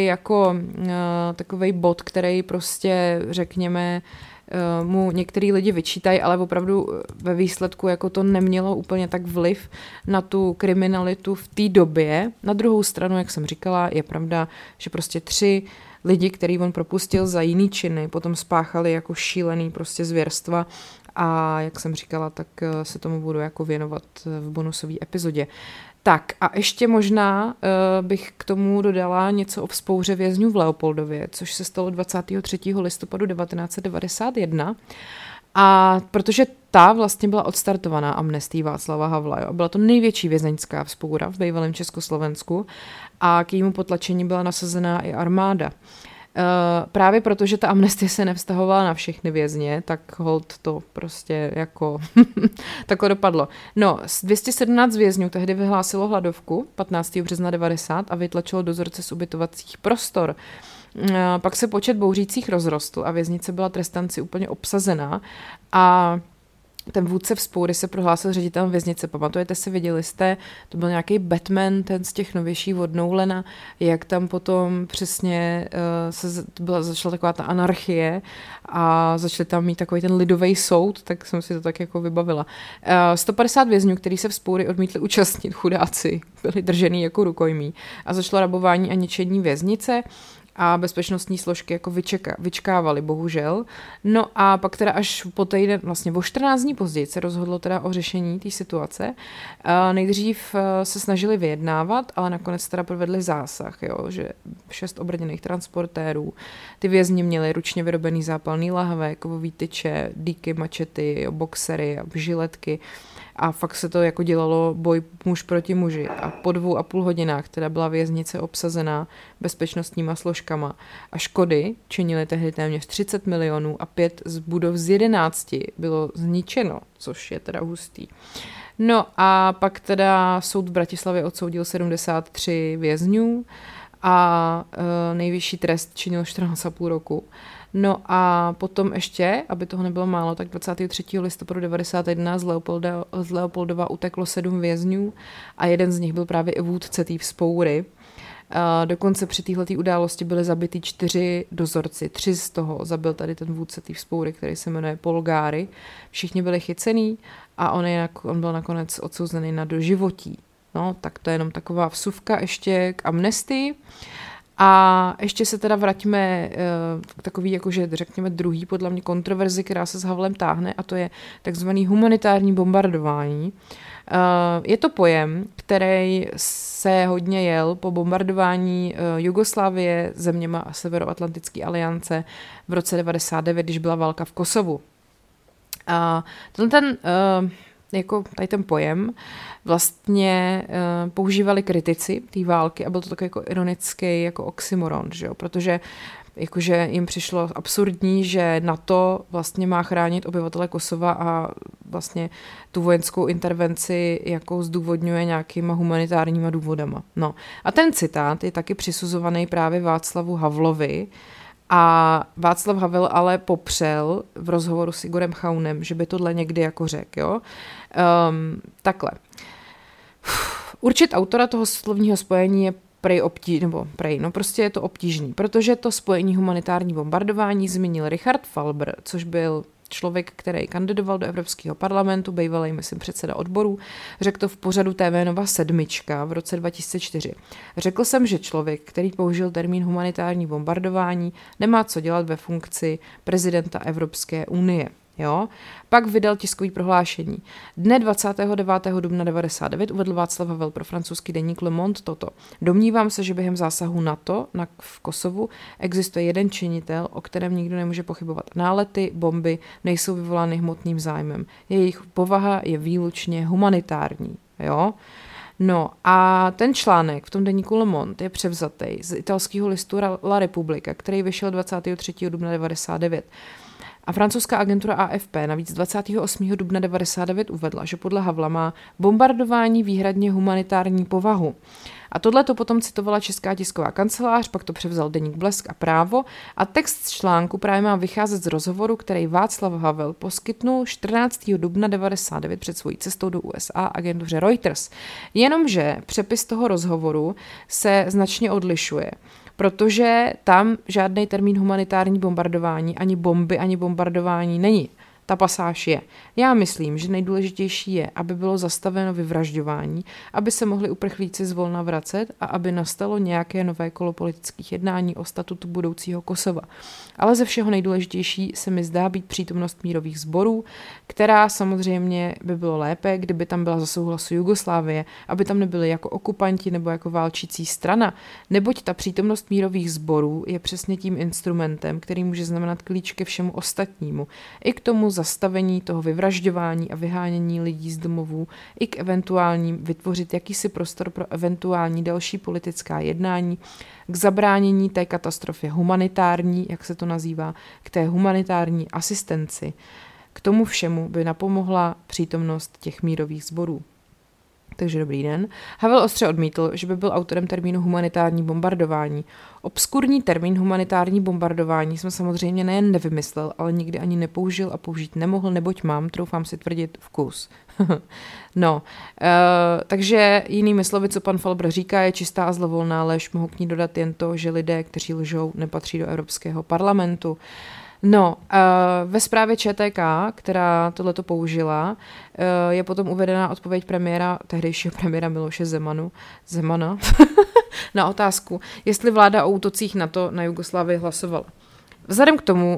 takovej bod, který prostě, řekněme, mu některý lidi vyčítají, ale opravdu ve výsledku jako to nemělo úplně tak vliv na tu kriminalitu v té době. Na druhou stranu, jak jsem říkala, je pravda, že prostě 3 lidi, který on propustil za jiný činy, potom spáchali jako šílený prostě zvěrstva a jak jsem říkala, tak se tomu budu jako věnovat v bonusové epizodě. Tak a ještě možná bych k tomu dodala něco o vzpouře vězňů v Leopoldově, což se stalo 23. listopadu 1991. A protože ta vlastně byla odstartovaná amnestií Václava Havla. Jo. Byla to největší vězeňská vzpoura v bývalém Československu a k jejímu potlačení byla nasazená i armáda. Právě protože ta amnestie se nevztahovala na všechny vězně, tak holt to prostě jako takhle dopadlo. No, 217 vězňů tehdy vyhlásilo hladovku 15. března 90 a vytlačilo dozorce z ubytovacích prostor. Pak se počet bouřících rozrostl a věznice byla trestanci úplně obsazená a ten vůdce vzpoury se prohlásil ředitelem věznice. Pamatujete si, viděli jste, to byl nějaký Batman, ten z těch novějších od Nolana, jak tam potom přesně začala taková ta anarchie a začali tam mít takový ten lidový soud, tak jsem si to tak jako vybavila. 150 vězňů, kteří se vzpoury odmítli účastnit, chudáci, byli držený jako rukojmí a začalo rabování a ničení věznice. A bezpečnostní složky jako vyčkávali, bohužel. No a pak teda až po týden, vlastně o 14 dní později se rozhodlo teda o řešení té situace. Nejdřív se snažili vyjednávat, ale nakonec teda provedli zásah, jo, že 6 obrněných transportérů, ty vězni měli ručně vyrobený zápalný lahve, kovový tyče, dýky, mačety, boxery a žiletky. A fakt se to jako dělalo boj muž proti muži. A po 2,5 hodinách teda byla věznice obsazená bezpečnostníma složkama. A škody činily tehdy téměř 30 milionů a 5 z budov z 11 bylo zničeno, což je teda hustý. No a pak teda soud v Bratislavě odsoudil 73 vězňů a nejvyšší trest činil 14,5 roku. No a potom ještě, aby toho nebylo málo, tak 23. listopadu 1991 z Leopoldova uteklo 7 vězňů a jeden z nich byl právě i vůdce té vzpoury. Dokonce při téhletý události byly zabity 4 dozorci, 3 z toho zabil tady ten vůdce té vzpoury, který se jmenuje Polgáry. Všichni byli chycený a on byl nakonec odsouzený na doživotí. No, tak to je jenom taková vsuvka ještě k amnestii. A ještě se teda vraťme k takový, jakože řekněme druhý podle mě kontroverzi, která se s Havlem táhne, a to je takzvaný humanitární bombardování. Je to pojem, který se hodně jel po bombardování Jugoslávie zeměma Severoatlantické aliance v roce 1999, když byla válka v Kosovu. A tady ten pojem vlastně používali kritici té války a byl to takový jako ironický jako oxymoron, že jo? Protože jakože jim přišlo absurdní, že NATO vlastně má chránit obyvatele Kosova a vlastně tu vojenskou intervenci jako zdůvodňuje nějakýma humanitárníma důvodama. No. A ten citát je taky přisuzovaný právě Václavu Havlovi, a Václav Havel ale popřel v rozhovoru s Igorem Chaunem, že by tohle někdy jako řekl, jo. Takhle. Určit autora toho slovního spojení je prostě je to obtížný, protože to spojení humanitární bombardování zmínil Richard Falber, což byl člověk, který kandidoval do Evropského parlamentu, bývalý, myslím, předseda odborů, řekl to v pořadu TV Nova 7 v roce 2004. Řekl jsem, že člověk, který použil termín humanitární bombardování, nemá co dělat ve funkci prezidenta Evropské unie. Jo? Pak vydal tiskový prohlášení. Dne 29. dubna 1999 uvedl Václav Havel pro francouzský deník Le Monde toto. Domnívám se, že během zásahu NATO v Kosovu existuje jeden činitel, o kterém nikdo nemůže pochybovat. Nálety, bomby nejsou vyvolány hmotným zájmem. Jejich povaha je výlučně humanitární. Jo? No a ten článek v tom deníku Le Monde je převzatý z italského listu La Repubblica, který vyšel 23. dubna 1999. A francouzská agentura AFP navíc 28. dubna 1999 uvedla, že podle Havla má bombardování výhradně humanitární povahu. A tohle to potom citovala Česká tisková kancelář, pak to převzal deník Blesk a Právo a text z článku právě má vycházet z rozhovoru, který Václav Havel poskytnul 14. dubna 1999 před svojí cestou do USA agentuře Reuters. Jenomže přepis toho rozhovoru se značně odlišuje, protože tam žádný termín humanitární bombardování, ani bomby, ani bombardování není. Ta pasáž je: já myslím, že nejdůležitější je, aby bylo zastaveno vyvražďování, aby se mohli uprchlíci zvolna vracet a aby nastalo nějaké nové kolo politických jednání o statutu budoucího Kosova. Ale ze všeho nejdůležitější se mi zdá být přítomnost mírových sborů, která samozřejmě by bylo lépe, kdyby tam byla za souhlasu Jugoslávie, aby tam nebyli jako okupanti nebo jako válčící strana, neboť ta přítomnost mírových sborů je přesně tím instrumentem, který může znamenat klíč ke všemu ostatnímu, i k tomu zastavení toho vyvražďování a vyhánění lidí z domovů, i k eventuálním vytvořit jakýsi prostor pro eventuální další politická jednání, k zabránění té katastrofě humanitární, jak se to nazývá, k té humanitární asistenci. K tomu všemu by napomohla přítomnost těch mírových sborů. Takže dobrý den. Havel ostře odmítl, že by byl autorem termínu humanitární bombardování. Obskurní termín humanitární bombardování jsem samozřejmě nejen nevymyslel, ale nikdy ani nepoužil a použít nemohl, neboť mám, troufám si tvrdit, vkus. Takže jinými slovy, co pan Falber říká, je čistá a zlovolná lež. Mohu k ní dodat jen to, že lidé, kteří lžou, nepatří do Evropského parlamentu. Ve zprávě ČTK, která tohleto použila, je potom uvedená odpověď tehdejšího premiéra Miloše Zemana na otázku, jestli vláda o útocích NATO na Jugoslávii hlasovala. Vzhledem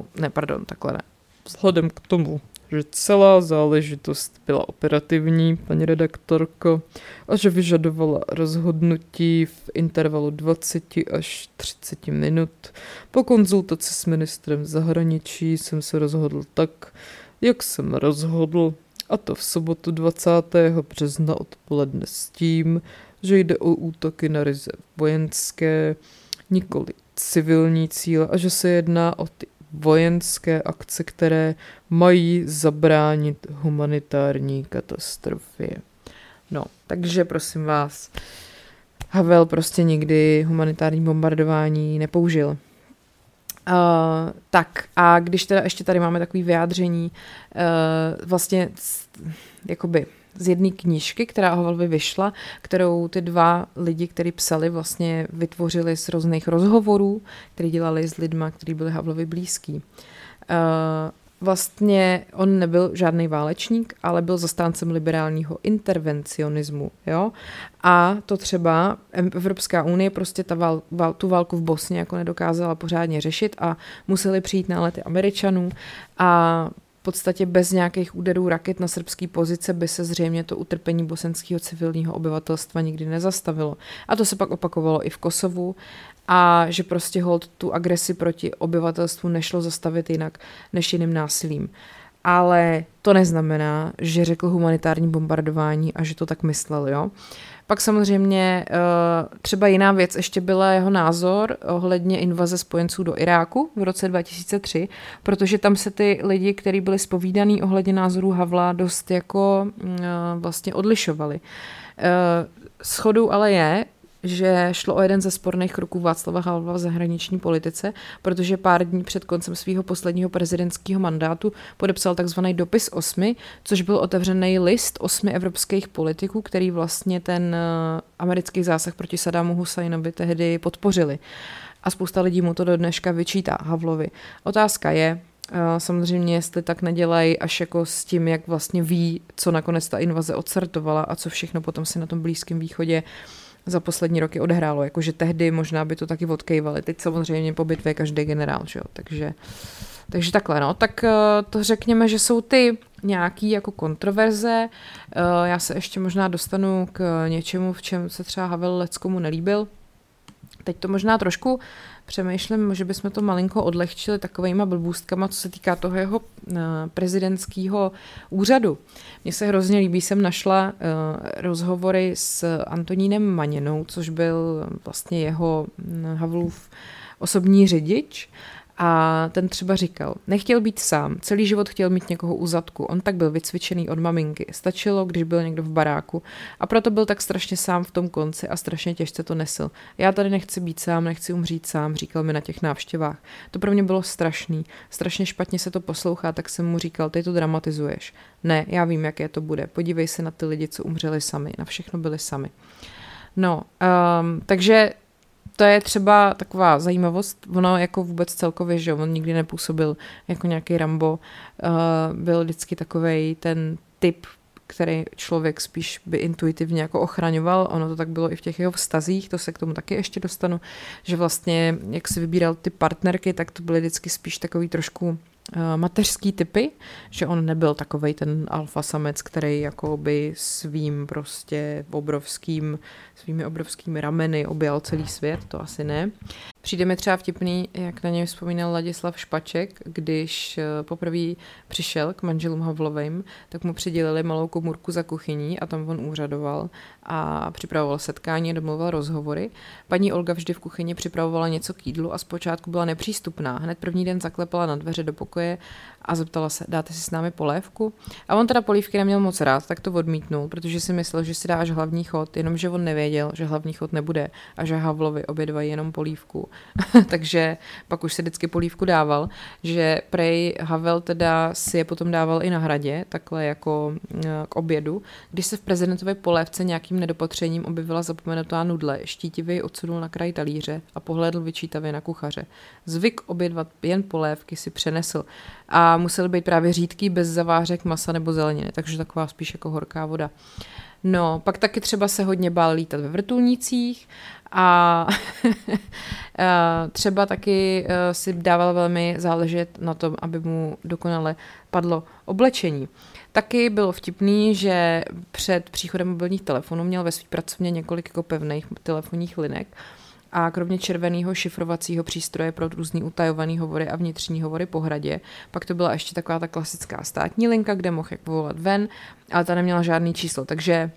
k tomu, že celá záležitost byla operativní, paní redaktorko, a že vyžadovala rozhodnutí v intervalu 20 až 30 minut. Po konzultaci s ministrem zahraničí jsem se rozhodl tak, jak jsem rozhodl, a to v sobotu 20. března odpoledne s tím, že jde o útoky na ryze vojenské, nikoli civilní cíle a že se jedná o ty vojenské akce, které mají zabránit humanitární katastrofě. Takže prosím vás, Havel prostě nikdy humanitární bombardování nepoužil. A když teda ještě tady máme takové vyjádření vlastně jakoby z jedné knížky, která o Havlovi vyšla, kterou ty dva lidi, kteří psali, vlastně vytvořili z různých rozhovorů, který dělali s lidma, kteří byli Havlovi blízký. Vlastně on nebyl žádný válečník, ale byl zastáncem liberálního intervencionismu. Jo? A to třeba Evropská unie prostě tu válku v Bosně jako nedokázala pořádně řešit a museli přijít nálety Američanů a v podstatě bez nějakých úderů raket na srbský pozice by se zřejmě to utrpení bosenského civilního obyvatelstva nikdy nezastavilo. A to se pak opakovalo i v Kosovu a že prostě holt tu agresi proti obyvatelstvu nešlo zastavit jinak než jiným násilím. Ale to neznamená, že řekl humanitární bombardování a že to tak myslel, jo. Pak samozřejmě třeba jiná věc ještě byla jeho názor ohledně invaze spojenců do Iráku v roce 2003, protože tam se ty lidi, kteří byli zpovídaný ohledně názorů Havla, dost jako vlastně odlišovali. Shodou ale je, že šlo o jeden ze sporných kroků Václava Havla v zahraniční politice, protože pár dní před koncem svého posledního prezidentského mandátu podepsal takzvaný dopis 8, což byl otevřený list 8 evropských politiků, který vlastně ten americký zásah proti Saddamu Husajnovi tehdy podpořili. A spousta lidí mu to do dneška vyčítá Havlovi. Otázka je, samozřejmě, jestli tak nedělají až jako s tím, jak vlastně ví, co nakonec ta invaze odstartovala a co všechno potom si na tom Blízkém východě za poslední roky odehrálo, jakože tehdy možná by to taky odkejvali. Teď samozřejmě po bitvě je každý generál, že jo? Takže takhle, tak to řekněme, že jsou ty nějaký jako kontroverze. Já se ještě možná dostanu k něčemu, v čem se třeba Havel leckomu nelíbil. Teď to možná trošku přemýšlím, že bychom to malinko odlehčili takovejma blbůstkama, co se týká toho jeho prezidentského úřadu. Mně se hrozně líbí, jsem našla rozhovory s Antonínem Maněnou, což byl vlastně jeho Havlův osobní řidič. A ten třeba říkal, nechtěl být sám, celý život chtěl mít někoho u zadku, on tak byl vycvičený od maminky, stačilo, když byl někdo v baráku a proto byl tak strašně sám v tom konci a strašně těžce to nesl. Já tady nechci být sám, nechci umřít sám, říkal mi na těch návštěvách. To pro mě bylo strašný, strašně špatně se to poslouchá, tak jsem mu říkal, ty to dramatizuješ. Ne, já vím, jaké to bude, podívej se na ty lidi, co umřeli sami, na všechno byli sami. Takže to je třeba taková zajímavost, ono jako vůbec celkově, že on nikdy nepůsobil jako nějaký Rambo, byl vždycky takovej ten typ, který člověk spíš by intuitivně jako ochraňoval. Ono to tak bylo i v těch jeho vztazích, to se k tomu taky ještě dostanu, že vlastně, jak si vybíral ty partnerky, tak to byly vždycky spíš takový trošku mateřský typy, že on nebyl takovej ten alfa samec, který jakoby svými obrovskými rameny objal celý svět, to asi ne. Přijde mi třeba vtipný, jak na něj vzpomínal Ladislav Špaček, když poprvé přišel k manželům Havlovým, tak mu přidělili malou komůrku za kuchyní a tam on úřadoval a připravoval setkání, domluval rozhovory. Paní Olga vždy v kuchyni připravovala něco k jídlu a zpočátku byla nepřístupná. Hned první den zaklepala na dveře do pokoje a zeptala se, dáte si s námi polévku? A on teda polívky neměl moc rád, tak to odmítnul, protože si myslel, že si dá až hlavní chod, jenomže on nevěděl, že hlavní chod nebude a že Havlovi obědvají jenom polívku. Takže pak už se vždycky polívku dával, že prej Havel teda si je potom dával i na hradě, takhle jako k obědu. Když se v prezidentově polévce nějakým nedopatřením objevila zapomenutá nudle, štítivě ji odsunul na kraj talíře a pohlédl vyčítavě na kuchaře. Zvyk obědvat jen polévky si přenesl a musel být právě řídký bez zavářek, masa nebo zeleniny, takže taková spíš jako horká voda. No, pak taky třeba se hodně bál lítat ve vrtulnících a třeba taky si dával velmi záležet na tom, aby mu dokonale padlo oblečení. Taky bylo vtipný, že před příchodem mobilních telefonů měl ve své pracovně několik jako pevných telefonních linek a kromě červeného šifrovacího přístroje pro různý utajovaný hovory a vnitřní hovory po hradě, pak to byla ještě taková ta klasická státní linka, kde mohl jako volat ven, ale ta neměla žádný číslo, takže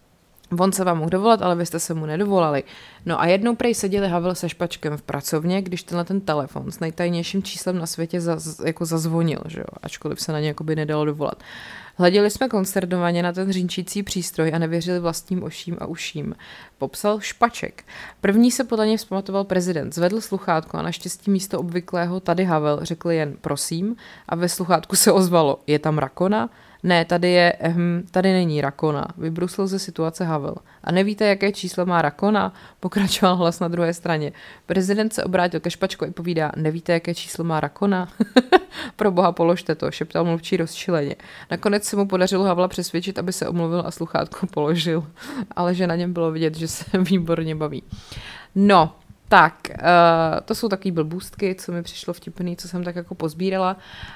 on se vám mohl dovolat, ale vy jste se mu nedovolali. No a jednou prej seděli Havel se Špačkem v pracovně, když tenhle ten telefon s nejtajnějším číslem na světě jako zazvonil, že jo, ačkoliv se na ně jakoby nedalo dovolat. Hleděli jsme konsternovaně na ten řinčící přístroj a nevěřili vlastním očím a uším. Popsal Špaček. První se podle něj vzpamatoval prezident. Zvedl sluchátko a naštěstí místo obvyklého tady Havel řekl jen prosím a ve sluchátku se ozvalo, je tam rakona? Ne, tady není rakona. Vybrusl ze situace Havel. A nevíte, jaké číslo má rakona? Pokračoval hlas na druhé straně. Prezident se obrátil ke Špačkovi a povídá, nevíte, jaké číslo má rakona? Pro boha položte to, šeptal mluvčí rozčileně. Nakonec se mu podařilo Havla přesvědčit, aby se omluvil a sluchátko položil. Ale že na něm bylo vidět, že se výborně baví. No, tak, to jsou takový blbůstky, co mi přišlo vtipný, co jsem tak jako pozbírala.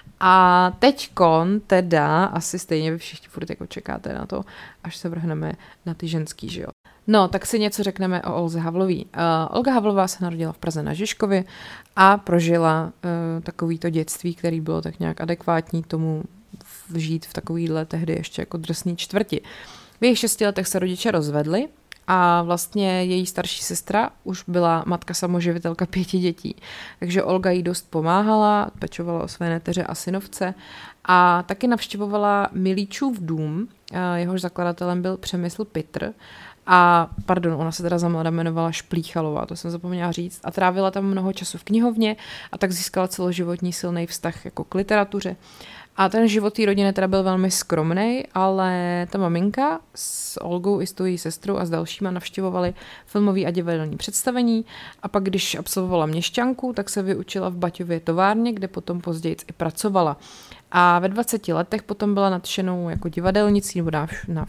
A teďkon teda, asi stejně vy všichni furt jako čekáte na to, až se vrhneme na ty ženský, že jo. No, tak si něco řekneme o Olze Havlový. Olga Havlová se narodila v Praze na Žižkově a prožila takovýto dětství, který bylo tak nějak adekvátní tomu žít v takovýhle tehdy ještě jako drsný čtvrti. V jejich 6 letech se rodiče rozvedli a vlastně její starší sestra už byla matka samoživitelka 5 dětí. Takže Olga jí dost pomáhala, pečovala o své neteře a synovce a taky navštěvovala Milíčův dům, jehož zakladatelem byl Přemysl Pitr. A ona se teda zamlada jmenovala Šplíchalová, to jsem zapomněla říct. A trávila tam mnoho času v knihovně a tak získala celoživotní silný vztah jako k literatuře. A ten život té rodiny teda byl velmi skromný, ale ta maminka s Olgou i s tou její sestrou a s dalšíma navštěvovali filmový a divadelní představení a pak, když absolvovala měšťanku, tak se vyučila v Baťově továrně, kde potom později i pracovala. A ve 20 letech potom byla nadšenou jako divadelnicí nebo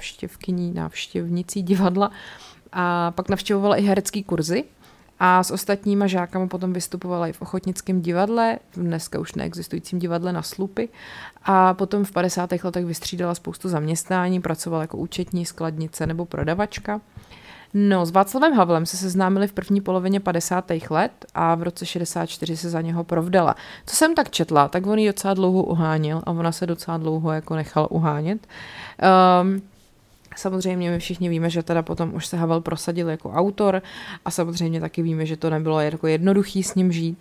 návštěvnicí divadla a pak navštěvovala i herecký kurzy. A s ostatníma žákama potom vystupovala i v Ochotnickém divadle, v dneska už neexistujícím divadle Na Slupy. A potom v 50. letech vystřídala spoustu zaměstnání, pracovala jako účetní, skladnice nebo prodavačka. No, s Václavem Havlem se seznámili v první polovině 50. let a v roce 64 se za něho provdala. Co jsem tak četla, tak on ji docela dlouho uháněl a ona se docela dlouho jako nechala uhánět. Samozřejmě my všichni víme, že teda potom už se Havel prosadil jako autor a samozřejmě taky víme, že to nebylo jako jednoduchý s ním žít.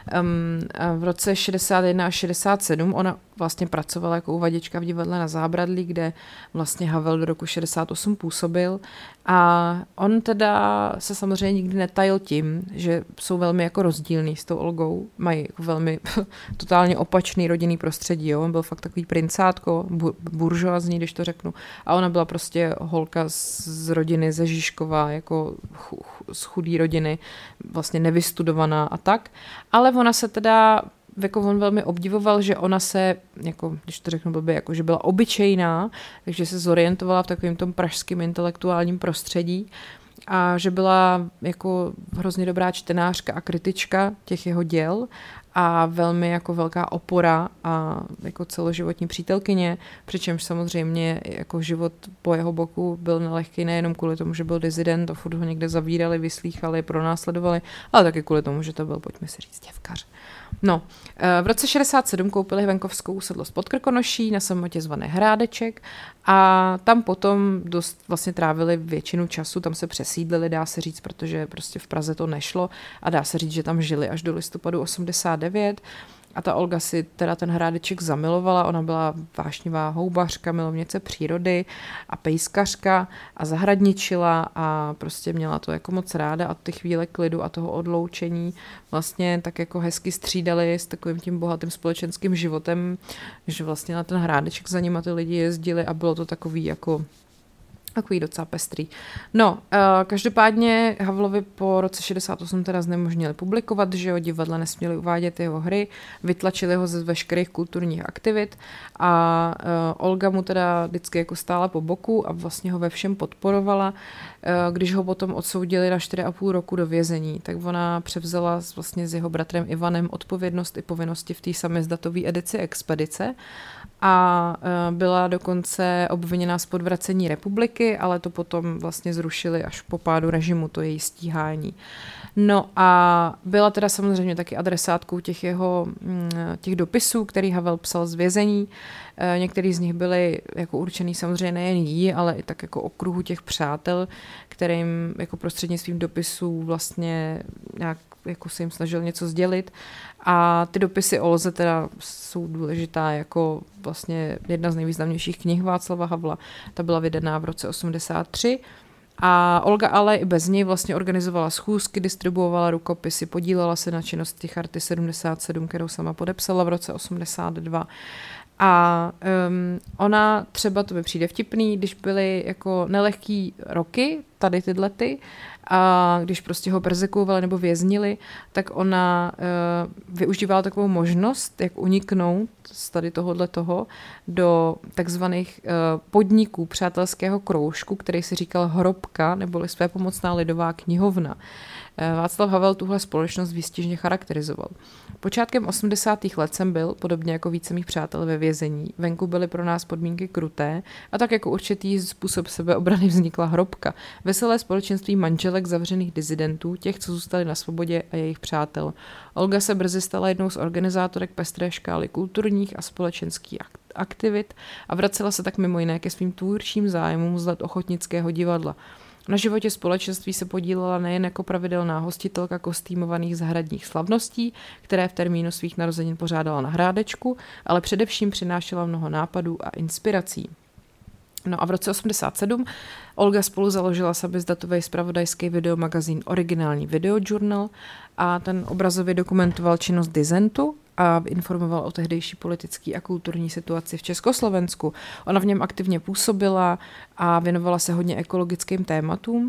V roce 61 až 67 ona vlastně pracovala jako uvaděčka v divadle Na Zábradlí, kde vlastně Havel do roku 68 působil a on teda se samozřejmě nikdy netajil tím, že jsou velmi jako rozdílný s tou Olgou, mají jako velmi totálně opačný rodinný prostředí, jo? On byl fakt takový princátko, buržoazní, když to řeknu, a ona byla prostě prostě holka z rodiny ze Žižkova, jako z chudé rodiny, vlastně nevystudovaná a tak. Ale ona se teda, jako on velmi obdivoval, že ona se, jako, když to řeknu blbě, jako, že byla obyčejná, takže se zorientovala v takovém tom pražském intelektuálním prostředí a že byla jako hrozně dobrá čtenářka a kritička těch jeho děl a velmi jako velká opora a jako celoživotní přítelkyně, přičemž samozřejmě jako život po jeho boku byl nelehký nejenom kvůli tomu, že byl dizident a furt ho někde zavírali, vyslýchali, pronásledovali, ale taky kvůli tomu, že to byl, pojďme si říct, děvkař. No, v roce 67 koupili venkovskou usedlost pod Krkonoší na samotě zvané Hrádeček a tam potom dost vlastně trávili většinu času, tam se přesídlili, dá se říct, protože prostě v Praze to nešlo a dá se říct, že tam žili až do listopadu 89. A ta Olga si teda ten Hrádeček zamilovala, ona byla vášnivá houbařka, milovnice přírody a pejskařka a zahradničila a prostě měla to jako moc ráda a ty chvíle klidu a toho odloučení vlastně tak jako hezky střídali s takovým tím bohatým společenským životem, že vlastně na ten Hrádeček za nima ty lidi jezdili a bylo to takový docela pestrý. No, každopádně Havlovi po roce 68 teda znemožnili publikovat, že jo, divadla nesměli uvádět jeho hry, vytlačili ho ze veškerých kulturních aktivit a Olga mu teda vždycky jako stála po boku a vlastně ho ve všem podporovala. Když ho potom odsoudili na 4,5 roku do vězení, tak ona převzala vlastně s jeho bratrem Ivanem odpovědnost i povinnosti v té samizdatové edici Expedice a byla dokonce obviněná z podvracení republiky, ale to potom vlastně zrušili až po pádu režimu, to její stíhání. No a byla teda samozřejmě taky adresátkou těch dopisů, který Havel psal z vězení. Některý z nich byly jako určený samozřejmě nejen jí, ale i tak jako okruhu těch přátel, kterým jako prostřednictvím dopisů vlastně nějak jako se jim snažil něco sdělit. A ty dopisy o Olze teda jsou důležitá jako vlastně jedna z nejvýznamnějších knih Václava Havla. Ta byla vydaná v roce 83. A Olga ale i bez něj vlastně organizovala schůzky, distribuovala rukopisy, podílela se na činnosti Charty 77, kterou sama podepsala v roce 82. A ona třeba, to mi přijde vtipný, když byly jako nelehký roky, tady tyhlety, a když prostě ho perzekuovali nebo věznili, tak ona využívala takovou možnost, jak uniknout z tady toho do takzvaných podniků přátelského kroužku, který se říkal Hrobka, neboli Svépomocná lidová knihovna. Václav Havel tuhle společnost výstižně charakterizoval. Počátkem 80. let jsem byl, podobně jako více mých přátel, ve vězení. Venku byly pro nás podmínky kruté a tak jako určitý způsob sebeobrany vznikla Hrobka. Veselé společenství manželek zavřených disidentů, těch, co zůstali na svobodě a jejich přátel. Olga se brzy stala jednou z organizátorek pestré škály kulturních a společenských aktivit a vracela se tak mimo jiné ke svým tvůrčím zájmům z let ochotnického divadla. Na životě společenství se podílela nejen jako pravidelná hostitelka kostýmovaných zahradních slavností, které v termínu svých narozenin pořádala na Hrádečku, ale především přinášela mnoho nápadů a inspirací. No a v roce 87 Olga spolu založila samizdatový zpravodajský videomagazín Originální videojournal a ten obrazově dokumentoval činnost disentu a informoval o tehdejší politické a kulturní situaci v Československu. Ona v něm aktivně působila a věnovala se hodně ekologickým tématům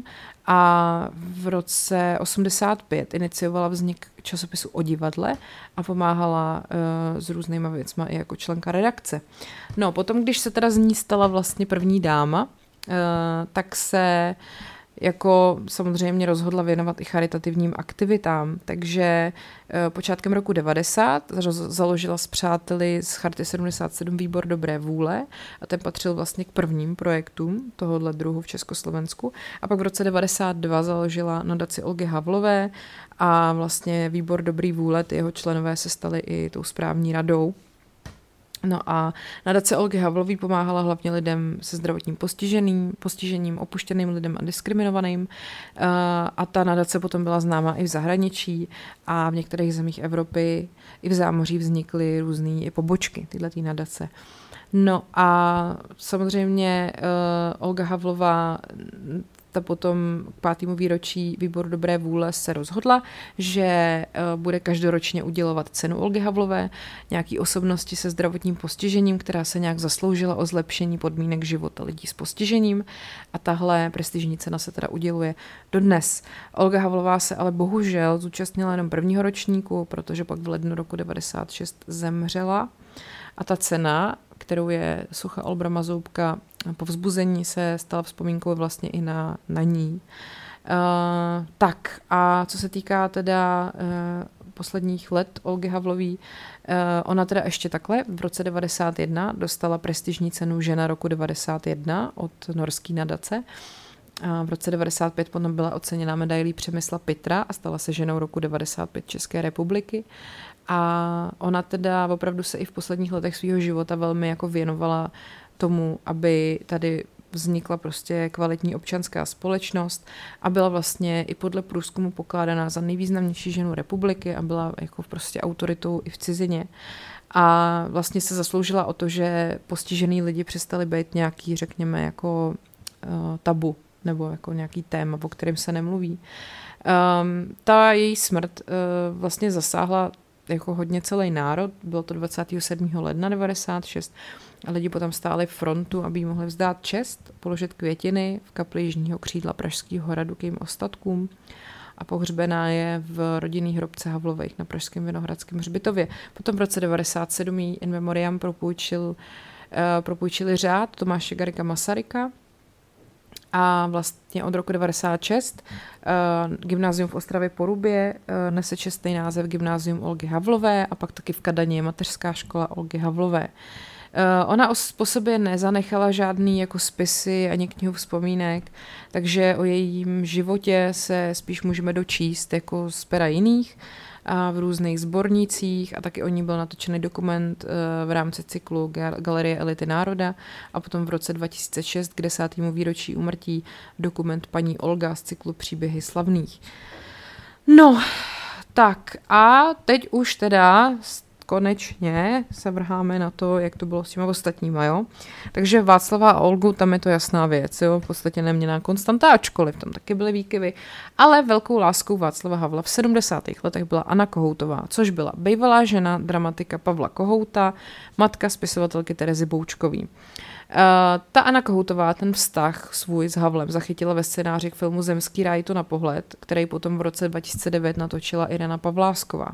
a v roce 85 iniciovala vznik časopisu O divadle a pomáhala s různýma věcma i jako členka redakce. No, potom, když se teda z ní stala vlastně první dáma, tak se jako samozřejmě rozhodla věnovat i charitativním aktivitám, takže počátkem roku 90 založila s přáteli z Charty 77 Výbor dobré vůle a ten patřil vlastně k prvním projektům tohohle druhu v Československu a pak v roce 92 založila nadaci Olgy Havlové a vlastně Výbor dobré vůle, ty jeho členové se stali i tou správní radou. No a nadace Olgy Havlový pomáhala hlavně lidem se zdravotním postižením, opuštěným lidem a diskriminovaným a ta nadace potom byla známá i v zahraničí a v některých zemích Evropy i v zámoří vznikly různé i pobočky tyhle nadace. No a samozřejmě Olga Havlová ta potom k 5. výročí Výboru dobré vůle se rozhodla, že bude každoročně udělovat cenu Olgy Havlové, nějaký osobnosti se zdravotním postižením, která se nějak zasloužila o zlepšení podmínek života lidí s postižením a tahle prestižní cena se teda uděluje dodnes. Olga Havlová se ale bohužel zúčastnila jenom 1. ročníku, protože pak v lednu roku 96 zemřela a ta cena, kterou je socha Olbrama Zoubka po vzbuzení, se stala vzpomínkou vlastně i na ní. Tak a co se týká teda posledních let Olgy Havlový, ona teda ještě takhle v roce 91 dostala prestižní cenu Žena roku 91 od norské nadace. A v roce 95 potom byla oceněna medailí Přemysla Pitra a stala se ženou roku 95 České republiky. A ona teda opravdu se i v posledních letech svého života velmi jako věnovala tomu, aby tady vznikla prostě kvalitní občanská společnost a byla vlastně i podle průzkumu pokládaná za nejvýznamnější ženu republiky a byla jako prostě autoritou i v cizině. A vlastně se zasloužila o to, že postižený lidi přestali být nějaký, řekněme, jako tabu nebo jako nějaký téma, o kterém se nemluví. Ta její smrt vlastně zasáhla jako hodně celý národ, bylo to 27. ledna 96 a lidi potom stáli v frontu, aby jí mohli vzdát čest, položit květiny v kapli jižního křídla Pražského hradu k jejím ostatkům a pohřbená je v rodinný hrobce Havlových na pražském Vinohradském hřbitově. Potom v roce 97 jí in memoriam propůjčili řád Tomáše Garrigua Masaryka a vlastně od roku 96 gymnázium v Ostravě Porubě nese čestný název Gymnázium Olgy Havlové a pak taky v Kadani je mateřská škola Olgy Havlové. Ona po sobě nezanechala žádný jako spisy ani knihu vzpomínek, takže o jejím životě se spíš můžeme dočíst jako z pera jiných a v různých sbornících a taky o ní byl natočený dokument v rámci cyklu Galerie elity národa a potom v roce 2006 k 10. výročí úmrtí dokument Paní Olga z cyklu Příběhy slavných. No, tak a teď už teda konečně se vrháme na to, jak to bylo s těma ostatníma, jo. Takže Václava a Olgu, tam je to jasná věc, jo, v podstatě neměnná konstanta, ačkoliv tam taky byly výkyvy, ale velkou láskou Václava Havla v 70. letech byla Anna Kohoutová, což byla bývalá žena dramatika Pavla Kohouta, matka spisovatelky Terezy Boučkový. Ta Anna Kohoutová ten vztah svůj s Havlem zachytila ve scénáři k filmu Zemský ráj to na pohled, který potom v roce 2009 natočila Irena Pavlásková.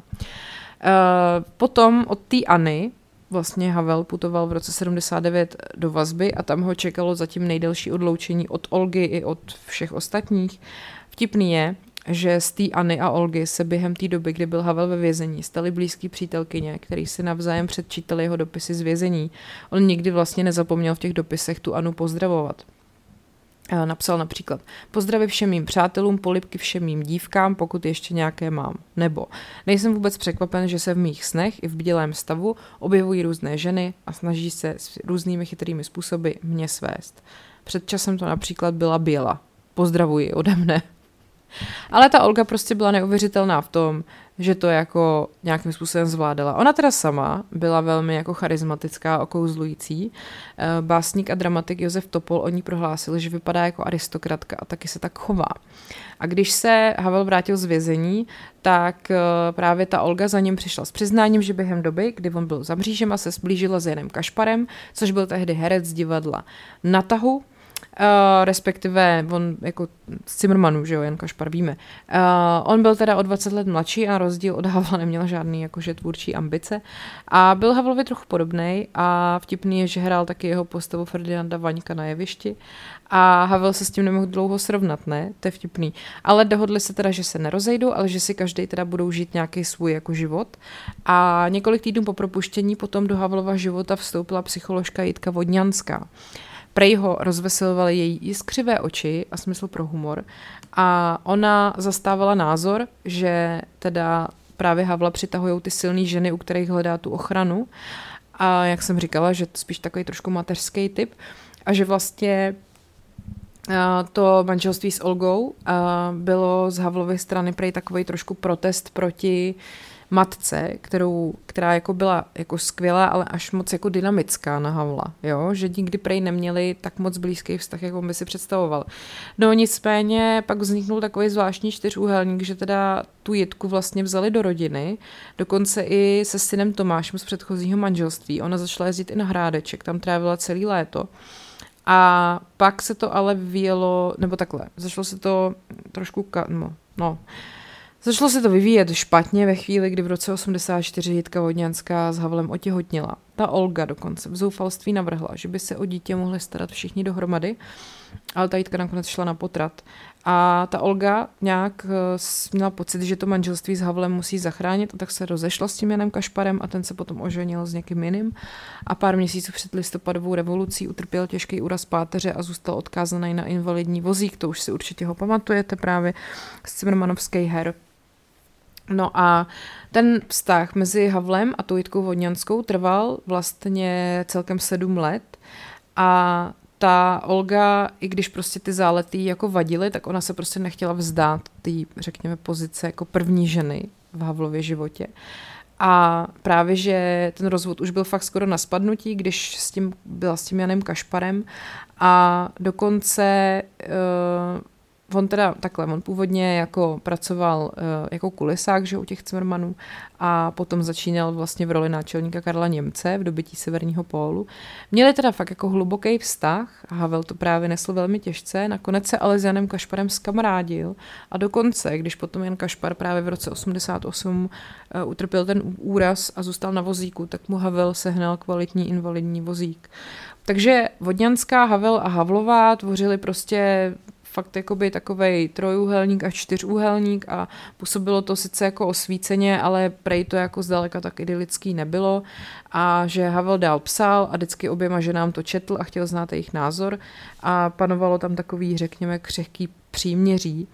Potom od té Anny vlastně Havel putoval v roce 79 do vazby a tam ho čekalo zatím nejdelší odloučení od Olgy i od všech ostatních. Vtipný je, že z té Anny a Olgy se během té doby, kdy byl Havel ve vězení, stali blízký přítelkyně, který si navzájem předčítali jeho dopisy z vězení. On nikdy vlastně nezapomněl v těch dopisech tu Annu pozdravovat. Napsal například: pozdravy všem mým přátelům, polibky všem mým dívkám, pokud ještě nějaké mám. Nebo: nejsem vůbec překvapen, že se v mých snech i v bdělém stavu objevují různé ženy a snaží se s různými chytrými způsoby mě svést. Před časem to například byla Běla. Pozdravuji ode mne. Ale ta Olga prostě byla neuvěřitelná v tom, že to jako nějakým způsobem zvládala. Ona teda sama byla velmi jako charismatická, okouzlující. Básník a dramatik Josef Topol o ní prohlásil, že vypadá jako aristokratka a taky se tak chová. A když se Havel vrátil z vězení, tak právě ta Olga za ním přišla s přiznáním, že během doby, kdy on byl za mřížem a se sblížila s Janem Kašparem, což byl tehdy herec z divadla Na tahu, respektive on jako z Cimrmanů, že jo, Jan Kašpar víme. On byl teda o 20 let mladší a na rozdíl od Havla neměl žádný jakože tvůrčí ambice a byl Havlovi trochu podobnej a vtipný je, že hrál taky jeho postavu Ferdinanda Vaňka na jevišti a Havel se s tím nemohl dlouho srovnat, ne? To je vtipný. Ale dohodli se teda, že se nerozejdou, ale že si každý teda budou žít nějaký svůj jako život a několik týdnů po propuštění potom do Havlova života vstoupila psycholožka Jitka Vodňanská. Prej ho rozvesilovaly její jiskřivé oči a smysl pro humor a ona zastávala názor, že teda právě Havla přitahujou ty silné ženy, u kterých hledá tu ochranu a jak jsem říkala, že to spíš takový trošku mateřský typ a že vlastně to manželství s Olgou bylo z Havlovy strany prej takovej trošku protest proti matce, která jako byla jako skvělá, ale až moc jako dynamická na Havla, jo? Že nikdy prej neměli tak moc blízký vztah, jak on by si představoval. No nicméně pak vzniknul takový zvláštní čtyřúhelník, že teda tu Jitku vlastně vzali do rodiny, dokonce i se synem Tomášem z předchozího manželství. Ona začala jezdit i na Hrádeček, tam trávila celý léto. A pak se to ale vyvíjelo, nebo takhle, začalo se to trošku, začalo se to vyvíjet špatně ve chvíli, kdy v roce 84 Jitka Vodňanská s Havlem otěhotněla. Ta Olga dokonce v zoufalství navrhla, že by se o dítě mohli starat všichni dohromady, ale ta Jitka nakonec šla na potrat. A ta Olga nějak měla pocit, že to manželství s Havlem musí zachránit, a tak se rozešla s tím Janem Kašparem a ten se potom oženil s někým jiným. A pár měsíců před listopadovou revolucí utrpěl těžký úraz páteře a zůstal odkázaný na invalidní vozík. To už si určitě ho pamatujete právě z Cimrmanovské her. No a ten vztah mezi Havlem a tou Jitkou Vodňanskou trval vlastně celkem 7 let a ta Olga, i když prostě ty zálety jako vadily, tak ona se prostě nechtěla vzdát té, řekněme, pozice jako první ženy v Havlově životě. A právě, že ten rozvod už byl fakt skoro na spadnutí, když byla s tím Janem Kašparem a dokonce on původně jako pracoval jako kulisák, že u těch Cimrmanů a potom začínal vlastně v roli náčelníka Karla Němce v dobytí Severního pólu. Měli teda fakt jako hluboký vztah a Havel to právě nesl velmi těžce, nakonec se ale s Janem Kašparem zkamarádil a dokonce, když potom Jan Kašpar právě v roce 88 utrpěl ten úraz a zůstal na vozíku, tak mu Havel sehnal kvalitní invalidní vozík. Takže Vodňanská, Havel a Havlová tvořili prostě fakt jakoby takovej trojúhelník a čtyřúhelník a působilo to sice jako osvíceně, ale prej to jako zdaleka tak idylický nebylo a že Havel dál psal a vždycky oběma ženám to četl a chtěl znát jejich názor a panovalo tam takový, řekněme, křehký příměří.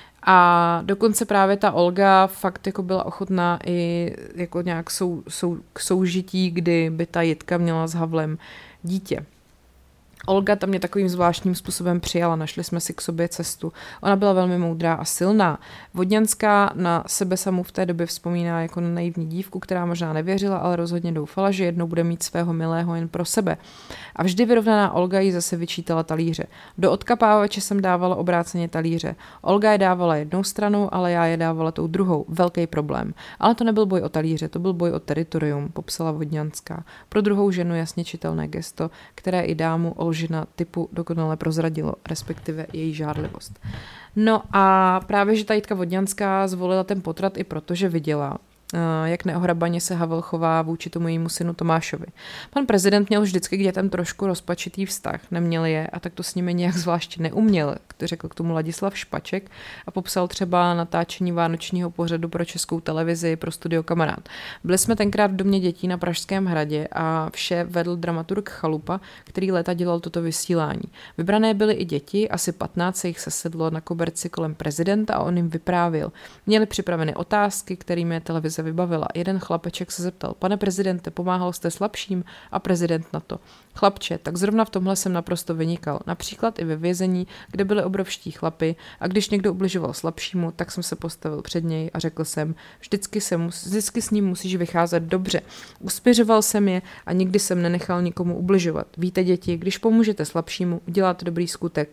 A dokonce právě ta Olga fakt jako byla ochotná i jako nějak k soužití, kdy by ta Jitka měla s Havlem dítě. Olga tam mě takovým zvláštním způsobem přijala, našli jsme si k sobě cestu. Ona byla velmi moudrá a silná. Vodňanská na sebe samu v té době vzpomíná jako na naivní dívku, která možná nevěřila, ale rozhodně doufala, že jednou bude mít svého milého jen pro sebe. A vždy vyrovnaná Olga jí zase vyčítala talíře. Do odkapávače jsem dávala obráceně talíře. Olga je dávala jednou stranou, ale já je dávala tou druhou. Velký problém. Ale to nebyl boj o talíře, to byl boj o teritorium, popsala Vodňanská. Pro druhou ženu jasně čitelné gesto, které i dámu Olžina typu dokonale prozradilo, respektive její žárlivost. No a právě, že ta Jitka Vodňanská zvolila ten potrat i proto, že viděla, jak neohrabaně se Havel chová vůči tomu jejímu synu Tomášovi. Pan prezident měl vždycky k dětem trošku rozpačitý vztah, neměl je a tak to s nimi nějak zvláště neuměl, řekl k tomu Ladislav Špaček a popsal třeba natáčení vánočního pořadu pro Českou televizi pro Studio Kamarád. Byli jsme tenkrát v domě dětí na Pražském hradě a vše vedl dramaturg Chalupa, který léta dělal toto vysílání. Vybrané byly i děti, asi 15 se jich sesedlo na koberci kolem prezidenta a on jim vyprávěl. Měli připraveny otázky, kterými je televize vybavila. Jeden chlapeček se zeptal: pane prezidente, pomáhal jste slabším? A prezident na to: chlapče, tak zrovna v tomhle jsem naprosto vynikal. Například i ve vězení, kde byli obrovští chlapi a když někdo ubližoval slabšímu, tak jsem se postavil před něj a řekl jsem: vždycky s ním musíš vycházet dobře. Usměřoval jsem je a nikdy jsem nenechal nikomu ubližovat. Víte, děti, když pomůžete slabšímu, uděláte dobrý skutek.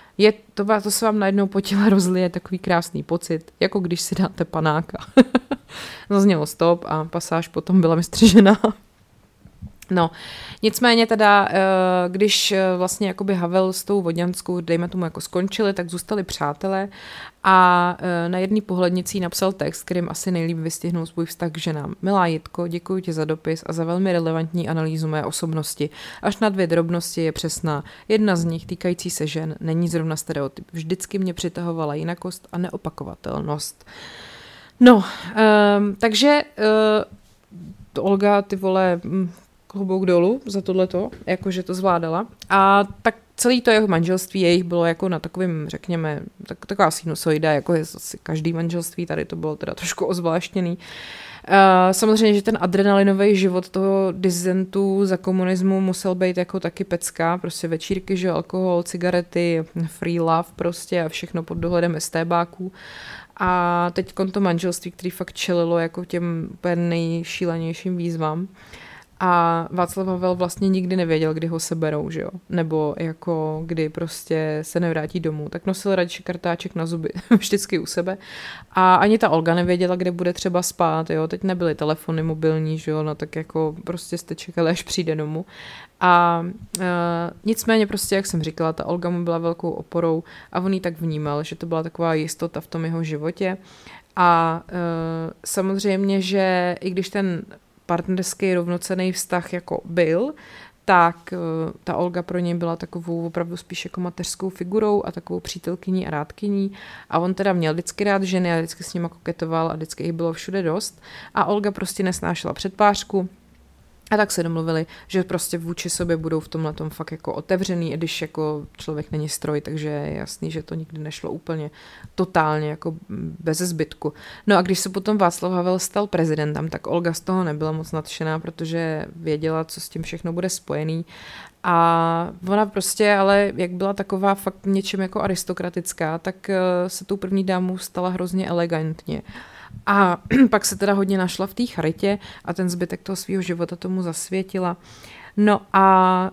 To se vám najednou po těle rozlije takový krásný pocit, jako když si dáte panáka. Zaznělo stop a pasáž potom byla vystřižená. No, nicméně teda, když vlastně jakoby Havel s tou Vodňanskou, dejme tomu, jako skončili, tak zůstali přátelé a na jedné pohlednici napsal text, kterým asi nejlíp vystihnul svůj vztah k ženám. Milá Jitko, děkuji ti za dopis a za velmi relevantní analýzu mé osobnosti. Až na 2 drobnosti je přesná. Jedna z nich, týkající se žen, není zrovna stereotyp. Vždycky mě přitahovala jinakost a neopakovatelnost. No, takže Olga, ty vole, klobouk dolů za tohleto, jakože to zvládala. A tak celý to jeho manželství jejich bylo jako na takovým, řekněme, taková sinusoida, jako je asi každý manželství, tady to bylo teda trošku ozvláštněný. Samozřejmě, že ten adrenalinový život toho dizidentu za komunismu musel být jako taky pecka, prostě večírky, že alkohol, cigarety, free love prostě a všechno pod dohledem estébáků. A teď to manželství, který fakt čelilo jako těm úplně nejšílenějším výzvám. A Václav Havel vlastně nikdy nevěděl, kdy ho seberou, že jo? Nebo jako kdy prostě se nevrátí domů. Tak nosil radši kartáček na zuby, vždycky u sebe. A ani ta Olga nevěděla, kde bude třeba spát, jo? Teď nebyly telefony mobilní, že jo? No tak jako prostě jste čekali, až přijde domů. A nicméně prostě, jak jsem říkala, ta Olga mu byla velkou oporou a on ji tak vnímal, že to byla taková jistota v tom jeho životě. A samozřejmě, že i když ten partnerský rovnocenný vztah jako byl, tak ta Olga pro něj byla takovou opravdu spíš jako mateřskou figurou a takovou přítelkyní a rádkyní a on teda měl vždycky rád ženy a vždycky s nima koketoval a vždycky jich bylo všude dost a Olga prostě nesnášela předpářku. A tak se domluvili, že prostě vůči sobě budou v tomhletom fakt jako otevřený, i když jako člověk není stroj, takže je jasný, že to nikdy nešlo úplně totálně jako bez zbytku. No a když se potom Václav Havel stal prezidentem, tak Olga z toho nebyla moc nadšená, protože věděla, co s tím všechno bude spojený. A ona prostě, ale jak byla taková fakt něčem jako aristokratická, tak se tou první dámou stala hrozně elegantně. A pak se teda hodně našla v té charitě a ten zbytek toho svého života tomu zasvětila. No a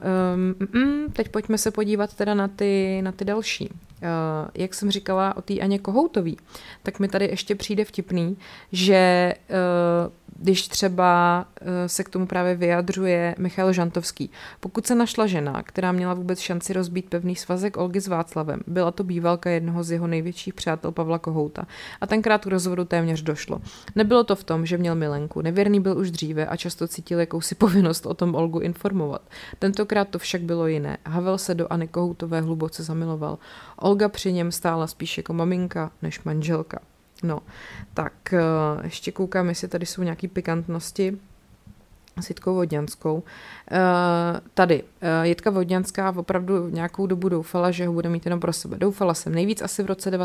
teď pojďme se podívat teda na ty další. Jak jsem říkala o té Aně Kohoutový, tak mi tady ještě přijde vtipný, že když třeba se k tomu právě vyjadřuje Michal Žantovský. Pokud se našla žena, která měla vůbec šanci rozbít pevný svazek Olgy s Václavem, byla to bývalka jednoho z jeho největších přátel Pavla Kohouta. A tenkrát k rozvodu téměř došlo. Nebylo to v tom, že měl milenku, nevěrný byl už dříve a často cítil jakousi povinnost o tom Olgu informovat. Tentokrát to však bylo jiné. Havel se do Anny Kohoutové hluboce zamiloval. Olga při něm stála spíš jako maminka než manželka. No, tak ještě koukám, jestli tady jsou nějaké pikantnosti s Jitkou Vodňanskou. Tady Jitka Vodňanská opravdu nějakou dobu doufala, že ho bude mít jenom pro sebe. Doufala jsem nejvíc asi v roce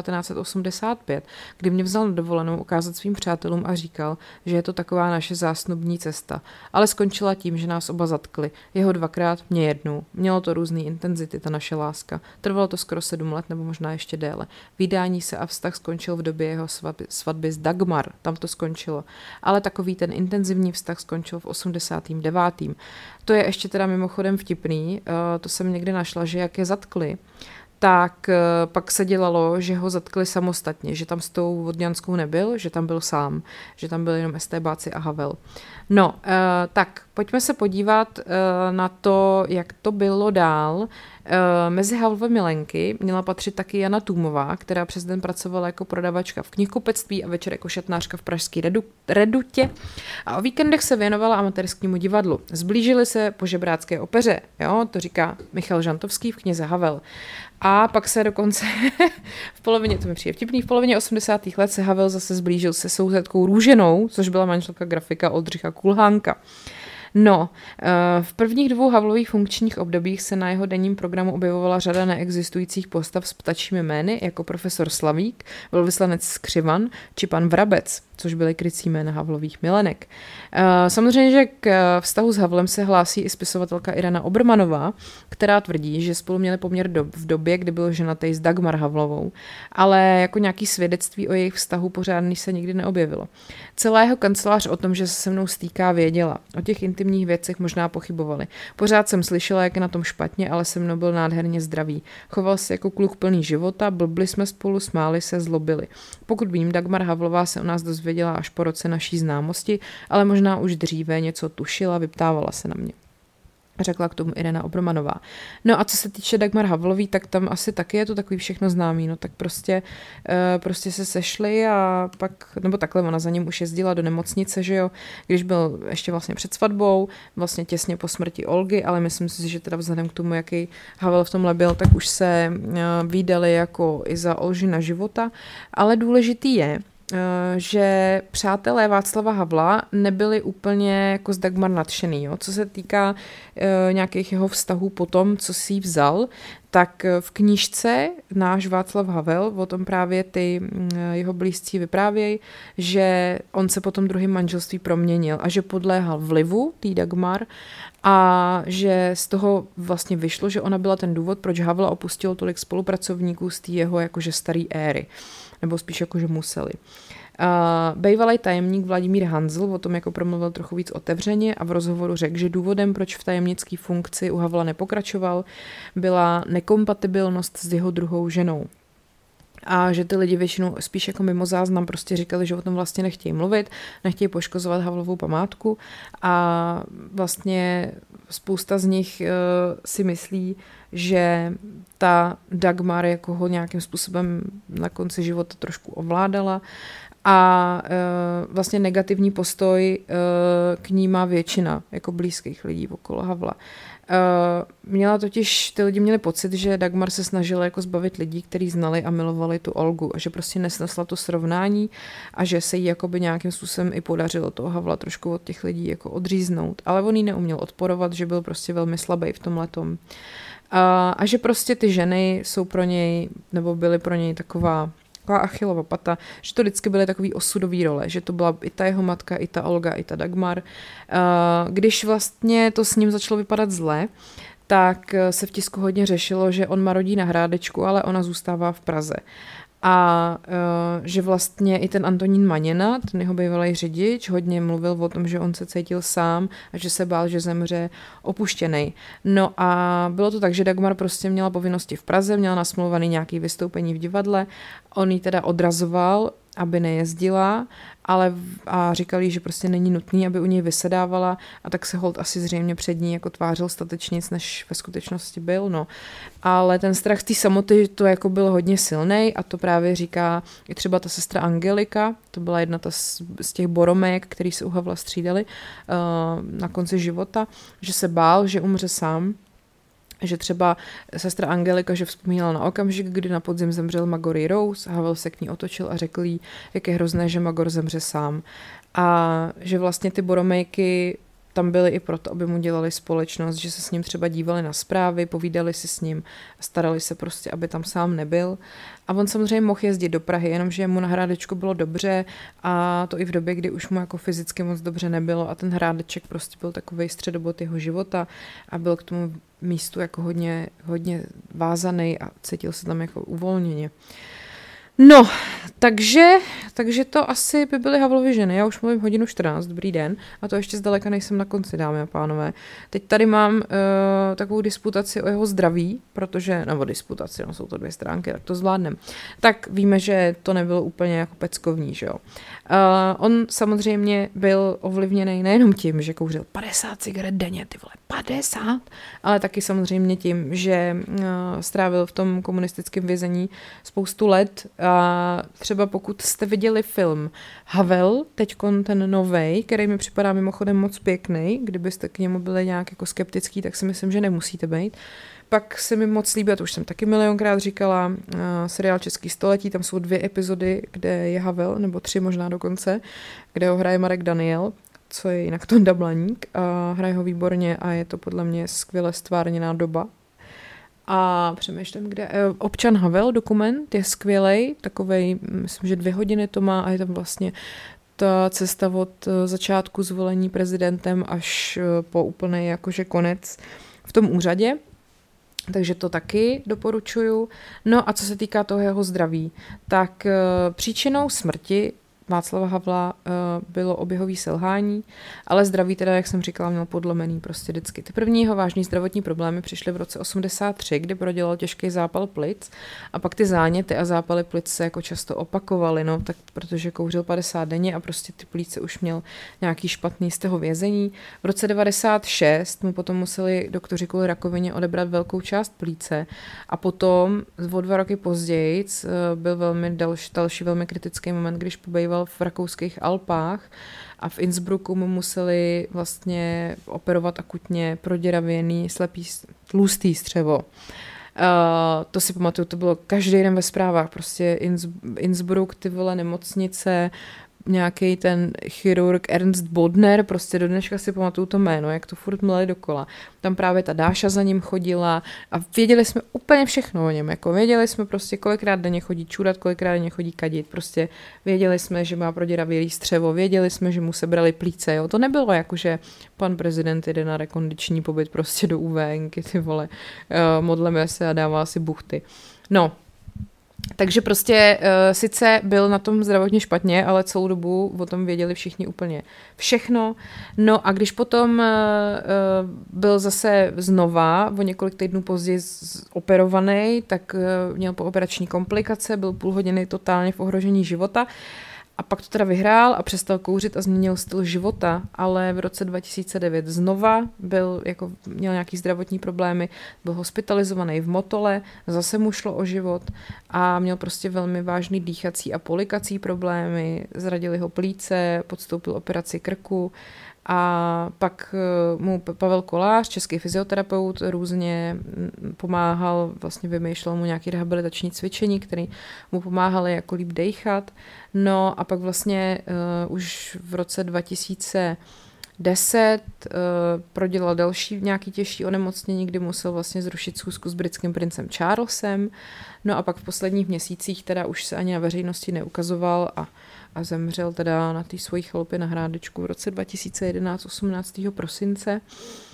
1985, kdy mě vzal na dovolenou ukázat svým přátelům a říkal, že je to taková naše zásnubní cesta. Ale skončila tím, že nás oba zatkli. Jeho dvakrát, mě jednou. Mělo to různý intenzity, ta naše láska. Trvalo to skoro 7 let nebo možná ještě déle. Vydání se a vztah skončil v době jeho svatby s Dagmar. Tam to skončilo. Ale takový ten intenzivní vztah skončil v 89. To je ještě teda mimochodem vtipný, to jsem někdy našla, že jak je zatkli, tak pak se dělalo, že ho zatkli samostatně, že tam s tou Vodňanskou nebyl, že tam byl sám, že tam byl jenom estébáci a Havel. No, tak pojďme se podívat na to, jak to bylo dál. Mezi Havlové milenky měla patřit taky Jana Tůmová, která přes den pracovala jako prodavačka v knihkupectví a večer jako šatnářka v pražské Redutě a o víkendech se věnovala amatérskému divadlu. Zblížili se po žebrácké opeře, jo, to říká Michal Žantovský v knize Havel. A pak se dokonce v polovině, to mi přijde vtipný, v polovině 80. let se Havel zase zblížil se sousedkou Růženou, což byla manželka grafika Oldřicha Kulhánka. No, v prvních 2 Havlových funkčních obdobích se na jeho denním programu objevovala řada neexistujících postav s ptačími jmény, jako profesor Slavík, velvyslanec Skřivan či pan Vrabec, což byly krycí jména Havlových milenek. Samozřejmě, že k vztahu s Havlem se hlásí i spisovatelka Irena Obermanová, která tvrdí, že spolu měli poměr v době, kdy byl ženatý s Dagmar Havlovou, ale jako nějaký svědectví o jejich vztahu pořádný se nikdy neobjevilo. Celá jeho kancelář o tom, že se mnou stýká, věděla. O těch intimních věcech možná pochybovali. Pořád jsem slyšela, jak je na tom špatně, ale se mnou byl nádherně zdravý. Choval se jako kluk plný života, blbli jsme spolu, smáli se, zlobili. Pokud vím, Dagmar Havlová se o nás dozvěděla až po roce naší známosti, ale možná už dříve něco tušila, vyptávala se na mě. Řekla k tomu Irena Obermanová. No a co se týče Dagmar Havlový, tak tam asi taky je to takový všechno známý, no tak prostě se sešli a pak, nebo takhle, ona za ním už jezdila do nemocnice, že jo, když byl ještě vlastně před svatbou, vlastně těsně po smrti Olgy, ale myslím si, že teda vzhledem k tomu, jaký Havel v tomhle byl, tak už se vídali jako i za Olžina života, ale důležitý je, že přátelé Václava Havla nebyli úplně jako z Dagmar nadšený. Jo? Co se týká nějakých jeho vztahů po tom, co si ji vzal, tak v knížce náš Václav Havel, o tom právě ty jeho blízcí vyprávějí, že on se po tom druhém manželství proměnil a že podléhal vlivu té Dagmar a že z toho vlastně vyšlo, že ona byla ten důvod, proč Havla opustil tolik spolupracovníků z té jeho jakože staré éry. Nebo spíš jakože museli. Bývalý tajemník Vladimír Hanzl o tom jako promluvil trochu víc otevřeně a v rozhovoru řekl, že důvodem, proč v tajemnické funkci u Havla nepokračoval, byla nekompatibilnost s jeho druhou ženou. A že ty lidi většinou spíš jako mimo záznam prostě říkali, že o tom vlastně nechtějí mluvit, nechtějí poškozovat Havlovou památku a vlastně spousta z nich si myslí, že ta Dagmar jako ho nějakým způsobem na konci života trošku ovládala a vlastně negativní postoj k ní má většina jako blízkých lidí okolo Havla. Ty lidi měli pocit, že Dagmar se snažila jako zbavit lidí, kteří znali a milovali tu Olgu a že prostě nesnesla to srovnání a že se jí jakoby nějakým způsobem i podařilo toho Havla trošku od těch lidí jako odříznout, ale on jí neuměl odporovat, že byl prostě velmi slabý v tomhletom. A že prostě ty ženy jsou pro něj, nebo byly pro něj taková Achillova pata, že to vždycky byly takový osudový role, že to byla i ta jeho matka, i ta Olga, i ta Dagmar. Když vlastně to s ním začalo vypadat zle, tak se v tisku hodně řešilo, že on marodí na Hrádečku, ale ona zůstává v Praze. A že vlastně i ten Antonín Maněna, ten jeho bývalý řidič, hodně mluvil o tom, že on se cítil sám a že se bál, že zemře opuštěnej. No a bylo to tak, že Dagmar prostě měla povinnosti v Praze, měla nasmluvaný nějaký vystoupení v divadle, on ji teda odrazoval, aby nejezdila, a říkali, že prostě není nutný, aby u něj vysedávala a tak se holt asi zřejmě před ní jako tvářil statečnic, než ve skutečnosti byl, no. Ale ten strach z té samoty to jako byl hodně silnej a to právě říká i třeba ta sestra Angelika, to byla jedna z těch boromejek, který se u Havla střídali na konci života, že se bál, že umře sám, že třeba sestra Angelika, že vzpomínala na okamžik, kdy na podzim zemřel Magor Rose a Havel se k ní otočil a řekl jí, jak je hrozné, že Magor zemře sám. A že vlastně ty boromejky tam byly i proto, aby mu dělali společnost, že se s ním třeba dívali na zprávy, povídali si s ním, starali se prostě, aby tam sám nebyl. A on samozřejmě mohl jezdit do Prahy, jenomže mu na Hrádečku bylo dobře a to i v době, kdy už mu jako fyzicky moc dobře nebylo a ten Hrádeček prostě byl takovej středobod jeho života a byl k tomu místu jako hodně, hodně vázaný a cítil se tam jako uvolněně. No, takže to asi by byly Havlovy ženy. Já už mluvím 1:14, dobrý den. A to ještě zdaleka nejsem na konci, dámy a pánové. Teď tady mám takovou disputaci o jeho zdraví, nebo disputaci, no jsou to 2 stránky, tak to zvládnem. Tak víme, že to nebylo úplně jako peckovní, že jo. On samozřejmě byl ovlivněný nejenom tím, že kouřil 50 cigaret denně, ty vole, 50, ale taky samozřejmě tím, že strávil v tom komunistickém vězení spoustu let. A třeba pokud jste viděli film Havel, teďkon ten novej, který mi připadá mimochodem moc pěkný, kdybyste k němu byli nějak jako skeptický, tak si myslím, že nemusíte být. Pak se mi moc líbí, to už jsem taky milionkrát říkala, seriál Český století, tam jsou 2 epizody, kde je Havel, nebo 3 možná dokonce, kde ho hraje Marek Daniel, co je jinak Tonda Blaník, a hraje ho výborně a je to podle mě skvěle stvárněná doba. A přemýšlím, kde... Občan Havel dokument je skvělej, takovej, myslím, že 2 hodiny to má a je tam vlastně ta cesta od začátku zvolení prezidentem až po úplný jakože konec v tom úřadě. Takže to taky doporučuju. No a co se týká toho jeho zdraví, tak příčinou smrti Václava Havla bylo oběhový selhání, ale zdraví teda, jak jsem říkala, měl podlomený prostě vždycky. Ty první jeho vážný zdravotní problémy přišly v roce 83, kdy prodělal těžký zápal plic a pak ty záněty a zápaly plic se jako často opakovaly, no, tak protože kouřil 50 denně a prostě ty plíce už měl nějaký špatný z toho vězení. V roce 96 mu potom museli doktoři kvůli rakovině odebrat velkou část plíce a potom o 2 roky později byl další velmi kritický moment, když pobejval v rakouských Alpách a v Innsbrucku mu museli vlastně operovat akutně proděravěný tlustý střevo. To si pamatuju, to bylo každý den ve zprávách, prostě Innsbruck, ty vole, nemocnice, nějaký ten chirurg Ernst Bodner, prostě do dneška si pamatuju to jméno, jak to furt mleli dokola. Tam právě ta Dáša za ním chodila a věděli jsme úplně všechno o něm, jako věděli jsme prostě, kolikrát denně chodí čurat, kolikrát denně chodí kadit, prostě věděli jsme, že má proděravělý střevo, věděli jsme, že mu sebrali plíce, jo. To nebylo jako, že pan prezident jde na rekondiční pobyt prostě do UVNky, ty vole, modleme se a dává si buchty. No, takže prostě sice byl na tom zdravotně špatně, ale celou dobu o tom věděli všichni úplně všechno. No a když potom byl zase znova, o několik týdnů později operovaný, tak měl pooperační komplikace, byl půl hodiny totálně v ohrožení života. A pak to teda vyhrál a přestal kouřit a změnil styl života, ale v roce 2009 znova měl nějaký zdravotní problémy, byl hospitalizovaný v Motole, zase mu šlo o život a měl prostě velmi vážný dýchací a polikací problémy, zradili ho plíce, podstoupil operaci krku a pak mu Pavel Kolář, český fyzioterapeut, různě pomáhal, vlastně vymýšlel mu nějaké rehabilitační cvičení, které mu pomáhaly jako líp dejchat. No a pak vlastně už v roce 2010 prodělal další nějaký těžší onemocnění, kdy musel vlastně zrušit schůzku s britským princem Charlesem. No a pak v posledních měsících teda už se ani na veřejnosti neukazoval a zemřel teda na té svojí chalupě na Hrádečku v roce 2011, 18. prosince.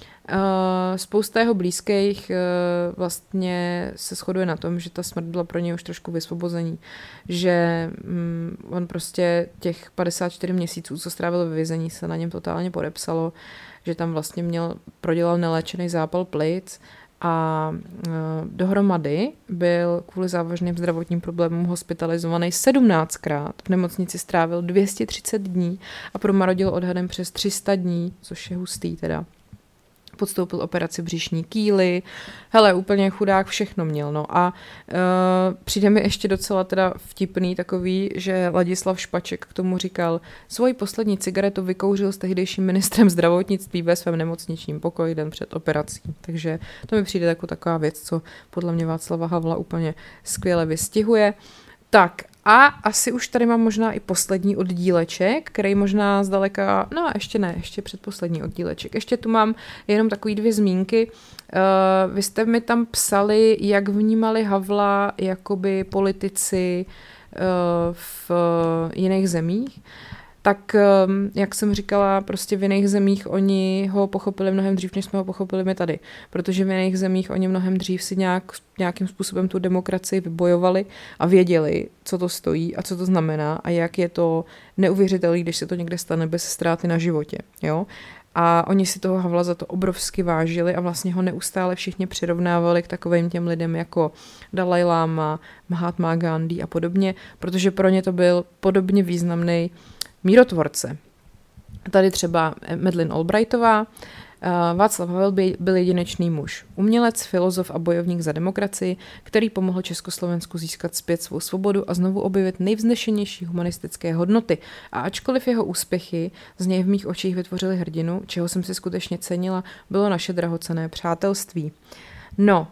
Spousta jeho blízkých vlastně se shoduje na tom, že ta smrt byla pro něj už trošku vysvobození, že on prostě těch 54 měsíců, co strávil ve vězení, se na něm totálně podepsalo, že tam vlastně prodělal neléčený zápal plic a dohromady byl kvůli závažným zdravotním problémům hospitalizovaný 17krát. V nemocnici strávil 230 dní a promarodil odhadem přes 300 dní, což je hustý teda. Podstoupil operaci břišní kýly, hele, úplně chudák, všechno měl, no a přijde mi ještě docela teda vtipný takový, že Ladislav Špaček k tomu říkal, svoji poslední cigaretu vykouřil s tehdejším ministrem zdravotnictví ve svém nemocničním pokoji den před operací, takže to mi přijde jako taková věc, co podle mě Václava Havla úplně skvěle vystihuje. Tak a asi už tady mám možná i poslední oddíleček, který možná zdaleka, no ještě ne, ještě předposlední oddíleček. Ještě tu mám jenom takový 2 zmínky. Vy jste mi tam psali, jak vnímali Havla jakoby politici v jiných zemích. Tak, jak jsem říkala, prostě v jiných zemích oni ho pochopili mnohem dřív, než jsme ho pochopili my tady. Protože v jiných zemích oni mnohem dřív si nějakým způsobem tu demokracii vybojovali a věděli, co to stojí a co to znamená a jak je to neuvěřitelné, když se to někde stane bez ztráty na životě. Jo? A oni si toho Havla za to obrovsky vážili a vlastně ho neustále všichni přirovnávali k takovým těm lidem jako Dalaj Lama, Mahatma Gandhi a podobně, protože pro ně to byl podobně významný mírotvorce. Tady třeba Madeleine Albrightová. Václav Havel byl jedinečný muž. Umělec, filozof a bojovník za demokracii, který pomohl Československu získat zpět svou svobodu a znovu objevit nejvznešenější humanistické hodnoty. A ačkoliv jeho úspěchy z něj v mých očích vytvořili hrdinu, čeho jsem si skutečně cenila, bylo naše drahocenné přátelství. No,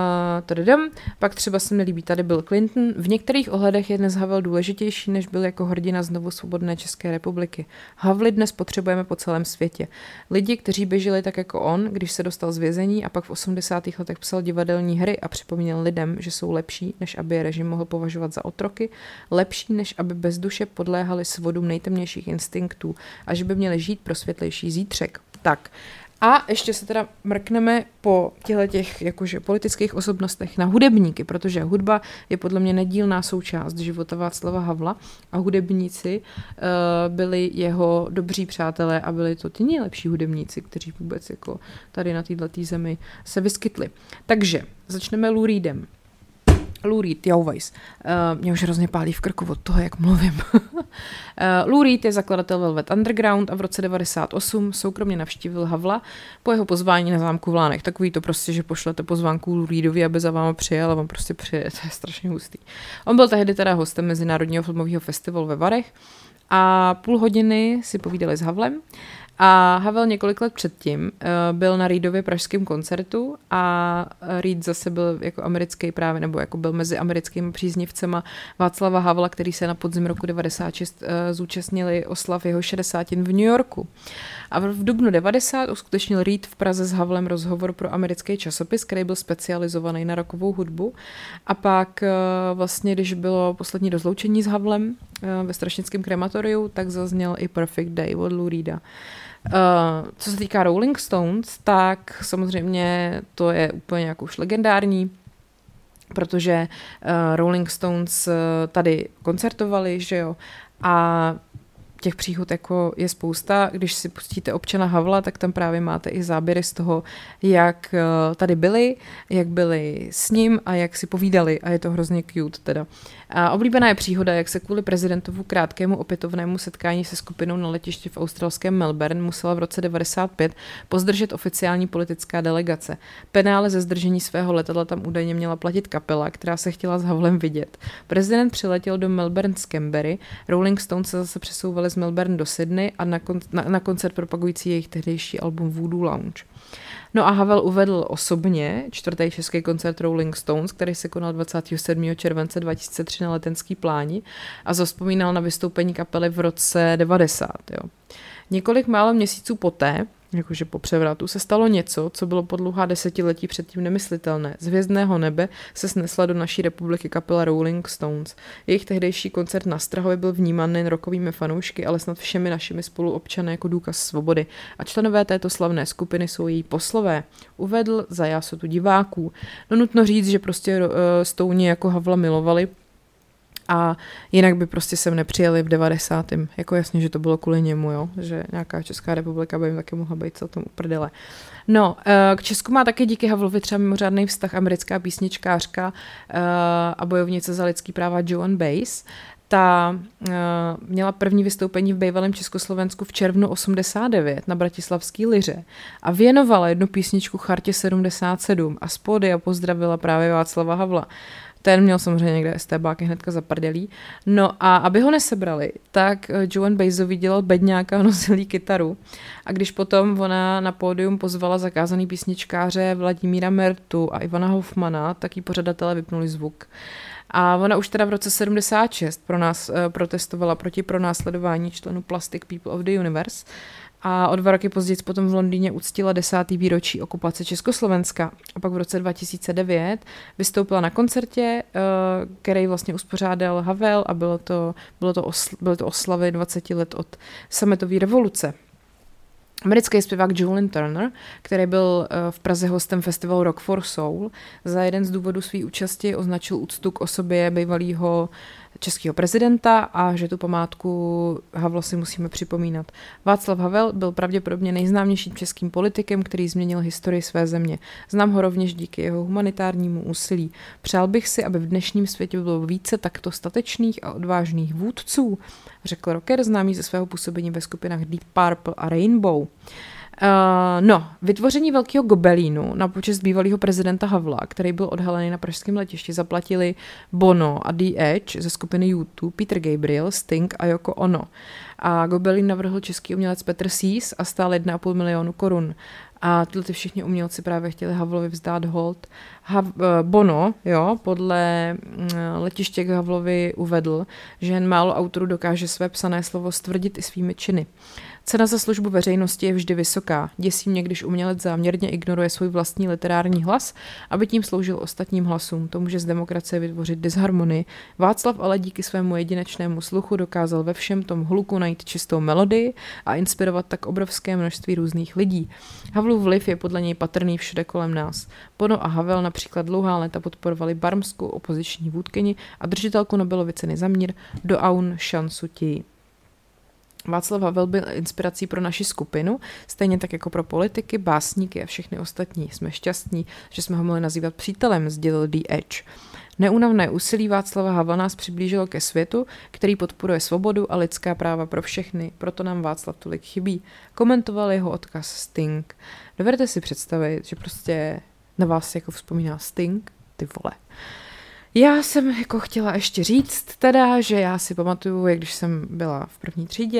pak třeba se mi líbí tady Bill Clinton. V některých ohledech je dnes Havel důležitější, než byl jako hrdina znovu svobodné České republiky. Havly dnes potřebujeme po celém světě. Lidi, kteří běželi tak jako on, když se dostal z vězení a pak v 80. letech psal divadelní hry a připomněl lidem, že jsou lepší, než aby je režim mohl považovat za otroky, lepší, než aby bez duše podléhali svodům nejtemnějších instinktů a že by měli žít pro světlejší zítřek. Tak, a ještě se teda mrkneme po těch jakože politických osobnostech na hudebníky, protože hudba je podle mě nedílná součást života Václava Havla a hudebníci byli jeho dobří přátelé a byli to ty nejlepší hudebníci, kteří vůbec jako tady na této zemi se vyskytli. Takže začneme Lou Reedem. Lou Reed, Jauweis. Mě už hrozně pálí v krku od toho, jak mluvím. Lou Reed je zakladatel Velvet Underground a v roce 1998 soukromně navštívil Havla po jeho pozvání na zámku v Lánech. Takový to prostě, že pošlete pozvánku Lou Reedovi, aby za váma přijel a on prostě přijede. To je strašně hustý. On byl tehdy teda hostem Mezinárodního filmového festivalu ve Varech a půl hodiny si povídali s Havlem A Havel několik let předtím byl na Reedově pražském koncertu a Reed zase byl jako americký právě, nebo jako byl mezi americkými příznivcema Václava Havla, který se na podzim roku 96 zúčastnili oslav jeho 60 v New Yorku. A v dubnu 90 uskutečnil Reed v Praze s Havlem rozhovor pro americký časopis, který byl specializovaný na rockovou hudbu. A pak vlastně, když bylo poslední rozloučení s Havlem ve Strašnickém krematoriu, tak zazněl i Perfect Day od Lou Reeda. Co se týká Rolling Stones, tak samozřejmě to je úplně jako už legendární, protože Rolling Stones tady koncertovali, že jo, a těch příhod jako je spousta. Když si pustíte Občana Havla, tak tam právě máte i záběry z toho, jak tady byli, jak byli s ním a jak si povídali a je to hrozně cute teda. A oblíbená je příhoda, jak se kvůli prezidentovu krátkému opětovnému setkání se skupinou na letišti v australském Melbourne musela v roce 95 pozdržet oficiální politická delegace. Penále ze zdržení svého letadla tam údajně měla platit kapela, která se chtěla s Havlem vidět. Prezident přiletěl do Melbourne z Canberry, Rolling Stones se zase přesouvali z Melbourne do Sydney a na koncert propagující jejich tehdejší album Voodoo Lounge. No a Havel uvedl osobně 4. český koncert Rolling Stones, který se konal 27. července 2003 na Letenský pláni a zavzpomínal na vystoupení kapely v roce 90. Jo. Několik málo měsíců poté, jakože po převratu, se stalo něco, co bylo po dlouhá desetiletí předtím nemyslitelné. Z hvězdného nebe se snesla do naší republiky kapela Rolling Stones. Jejich tehdejší koncert na Strahově byl vnímán nejen rockovými fanoušky, ale snad všemi našimi spoluobčany jako důkaz svobody. A členové této slavné skupiny jsou její poslové. Uvedl za jásotu diváků. No nutno říct, že prostě Stouni jako Havla milovali, a jinak by prostě sem nepřijeli v 90. Jako jasně, že to bylo kvůli němu, jo? Že nějaká Česká republika by jim taky mohla být celkem uprdele. No, k Česku má taky díky Havlovi třeba mimořádný vztah americká písničkářka a bojovnice za lidský práva Joan Baez. Ta měla první vystoupení v bývalém Československu v červnu 89 na bratislavský Liře a věnovala jednu písničku Chartě 77 a z pódia pozdravila právě Václava Havla. Ten měl samozřejmě někde STBáky hnedka zaprdělí. No a aby ho nesebrali, tak Joan Baezový dělal bedňáka a nosil jí kytaru. A když potom ona na pódium pozvala zakázaný písničkáře Vladimíra Mertu a Ivana Hoffmana, tak jí pořadatelé vypnuli zvuk. A ona už teda v roce 76 pro nás protestovala proti pronásledování členů Plastic People of the Universe a o 2 roky později potom v Londýně uctila 10. výročí okupace Československa. A pak v roce 2009 vystoupila na koncertě, který vlastně uspořádal Havel a byly to oslavy 20 let od sametové revoluce. Americký zpěvák Julian Turner, který byl v Praze hostem festivalu Rock for Soul, za jeden z důvodů své účasti označil úctu k osobě bývalého českého prezidenta a že tu památku Havla si musíme připomínat. Václav Havel byl pravděpodobně nejznámějším českým politikem, který změnil historii své země. Znám ho rovněž díky jeho humanitárnímu úsilí. Přál bych si, aby v dnešním světě bylo více takto statečných a odvážných vůdců, řekl rocker známý ze svého působení ve skupinách Deep Purple a Rainbow. Vytvoření velkého gobelínu na počest bývalého prezidenta Havla, který byl odhalený na pražském letišti, zaplatili Bono a The Edge ze skupiny U2, Peter Gabriel, Sting a Yoko Ono. A gobelín navrhl český umělec Petr Sís a stál 1,5 milionu korun. A tyhle všichni umělci právě chtěli Havlovi vzdát hold. Bono, podle letiště k Havlovi uvedl, že jen málo autorů dokáže své psané slovo stvrdit i svými činy. Cena za službu veřejnosti je vždy vysoká. Děsí mě, když umělec záměrně ignoruje svůj vlastní literární hlas, aby tím sloužil ostatním hlasům. To může z demokracie vytvořit disharmonii. Václav ale díky svému jedinečnému sluchu dokázal ve všem tom hluku najít čistou melodii a inspirovat tak obrovské množství různých lidí. Havlův vliv je podle něj patrný všude kolem nás. Bono a Havel například dlouhá léta podporovali barmskou opoziční vůdkyni a držitelku Nobelovy ceny za mír Aung San Suu Kyi. Václav Havel byl inspirací pro naši skupinu, stejně tak jako pro politiky, básníky a všechny ostatní. Jsme šťastní, že jsme ho mohli nazývat přítelem, sdělil The Edge. Neúnavné úsilí Václava Havla nás přiblížilo ke světu, který podporuje svobodu a lidská práva pro všechny, proto nám Václav tolik chybí. Komentoval jeho odkaz Sting. Dovedete si představit, že prostě na vás jako vzpomíná Sting? Ty vole. Já jsem jako chtěla ještě říct teda, že já si pamatuju, jak když jsem byla v první třídě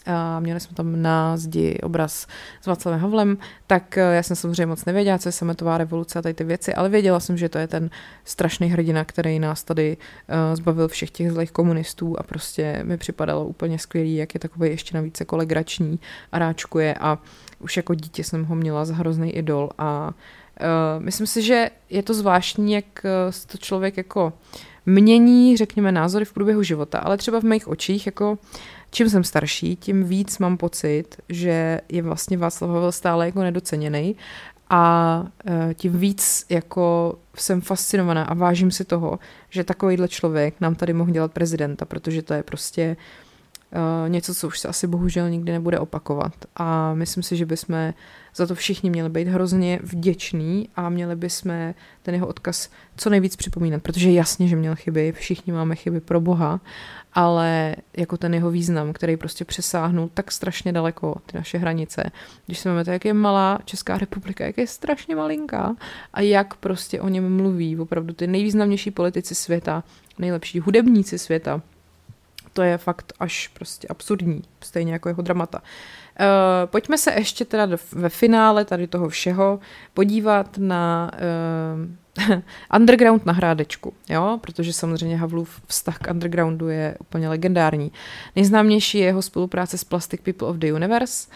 a měli jsme tam na zdi obraz s Václavem Havlem, tak já jsem samozřejmě moc nevěděla, co je sametová revoluce a tady ty věci, ale věděla jsem, že to je ten strašný hrdina, který nás tady zbavil všech těch zlých komunistů a prostě mi připadalo úplně skvělý, jak je takový ještě navíc jako legrační a ráčkuje a už jako dítě jsem ho měla za hrozný idol a myslím si, že je to zvláštní, jak to člověk jako mění, řekněme, názory v průběhu života, ale třeba v mých očích, jako čím jsem starší, tím víc mám pocit, že je vlastně Václav Havel stále jako nedoceněný a tím víc jako jsem fascinovaná a vážím si toho, že takovýhle člověk nám tady mohl dělat prezidenta, protože to je prostě něco, co už se asi bohužel nikdy nebude opakovat. A myslím si, že bychom za to všichni měli být hrozně vděční a měli bychom ten jeho odkaz co nejvíc připomínat, protože jasně, že měl chyby, všichni máme chyby pro Boha, ale jako ten jeho význam, který prostě přesáhnul tak strašně daleko ty naše hranice. Když si máme to, jak je malá Česká republika, jak je strašně malinká a jak prostě o něm mluví opravdu ty nejvýznamnější politici světa, nejlepší hudebníci světa, to je fakt až prostě absurdní, stejně jako jeho dramata. Pojďme se ještě teda ve finále tady toho všeho podívat na underground na Hrádečku, jo? Protože samozřejmě Havlův vztah k undergroundu je úplně legendární. Nejznámější je jeho spolupráce s Plastic People of the Universe,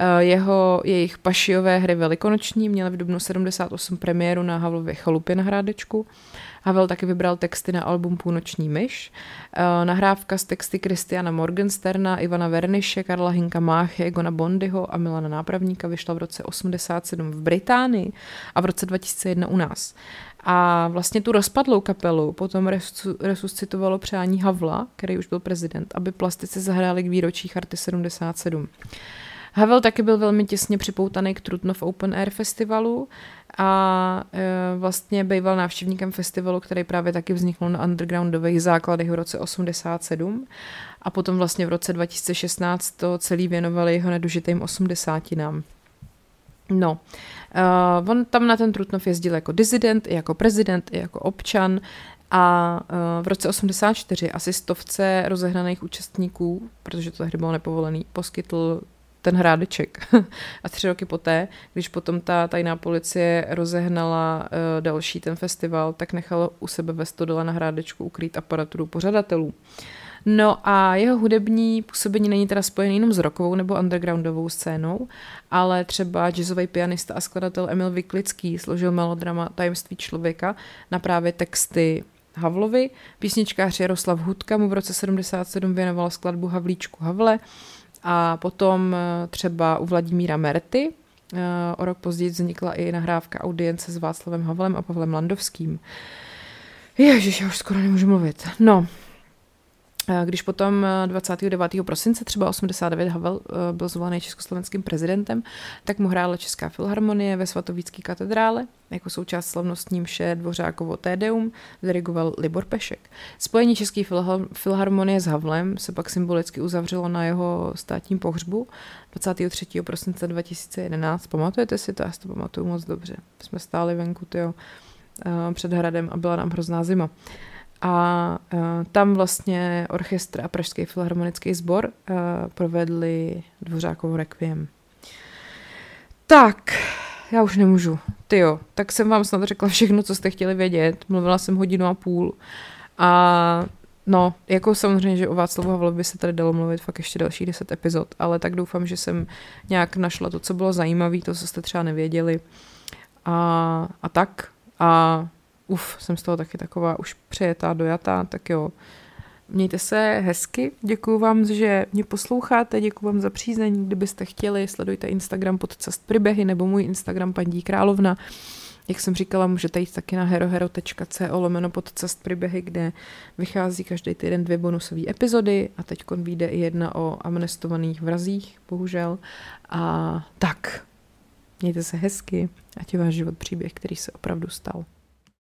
jejich pašiové hry velikonoční měly v dubnu 78 premiéru na Havlově chalupě na Hrádečku. Havel taky vybral texty na album Půlnoční myš. Nahrávka s texty Christiana Morgensterna, Ivana Verniše, Karla Hinka Máchy, Egona Bondyho a Milana Nápravníka vyšla v roce 87 v Británii a v roce 2001 u nás. A vlastně tu rozpadlou kapelu potom resuscitovalo přání Havla, který už byl prezident, aby plastici zahráli k výročí Charty 77. Havel taky byl velmi těsně připoutaný k Trutnov Open Air festivalu a vlastně býval návštěvníkem festivalu, který právě taky vznikl na undergroundových základech v roce 87 a potom vlastně v roce 2016 to celý věnovali jeho nedožitým 80. No, on tam na ten Trutnov jezdil jako disident, i jako prezident, i jako občan a v roce 84 asi 100 rozehnaných účastníků, protože to tehdy bylo nepovolený, poskytl ten Hrádeček. A 3 roky poté, když potom ta tajná policie rozehnala další ten festival, tak nechala u sebe ve stodole na Hrádečku ukrýt aparaturu pořadatelů. No a jeho hudební působení není teda spojený jenom s rockovou nebo undergroundovou scénou, ale třeba jazzový pianista a skladatel Emil Vyklický složil melodrama Tajemství člověka na právě texty Havlovi. Písničkář Jaroslav Hudka mu v roce 77 věnoval skladbu Havlíčku Havle a potom třeba u Vladimíra Merty o rok později vznikla i nahrávka audience s Václavem Havlem a Pavlem Landovským. Ježiš, já už skoro nemůžu mluvit. No, když potom 29. prosince třeba 89 Havel byl zvolený československým prezidentem, tak mu hrála Česká filharmonie ve Svatovícké katedrále. Jako součást slavnostní mše Dvořákovo Tédeum dirigoval Libor Pešek. Spojení České filharmonie s Havlem se pak symbolicky uzavřelo na jeho státním pohřbu 23. prosince 2011. Pamatujete si to? Já si to pamatuju moc dobře. Jsme stáli venku před hradem a byla nám hrozná zima. A tam vlastně orchestr a Pražský filharmonický sbor provedli Dvořákovo requiem. Tak, já už nemůžu. Tyjo, tak jsem vám snad řekla všechno, co jste chtěli vědět. Mluvila jsem 1.5 hodiny. A no, jako samozřejmě, že o Václavu Havlovi by se tady dalo mluvit fakt ještě dalších 10 epizod, ale tak doufám, že jsem nějak našla to, co bylo zajímavé, to, co jste třeba nevěděli. A tak. A jsem z toho taky taková už přejetá, dojatá, tak jo. Mějte se hezky, děkuju vám, že mě posloucháte, děkuju vám za přízeň, kdybyste chtěli, sledujte Instagram Podcast Příběhy nebo můj Instagram Paní Královna. Jak jsem říkala, můžete jít taky na herohero.co/podcast Příběhy, kde vychází každý týden 2 bonusové epizody a teď vyjde i jedna o amnestovaných vrazích, bohužel. A tak, mějte se hezky, ať je váš život příběh, který se opravdu stal.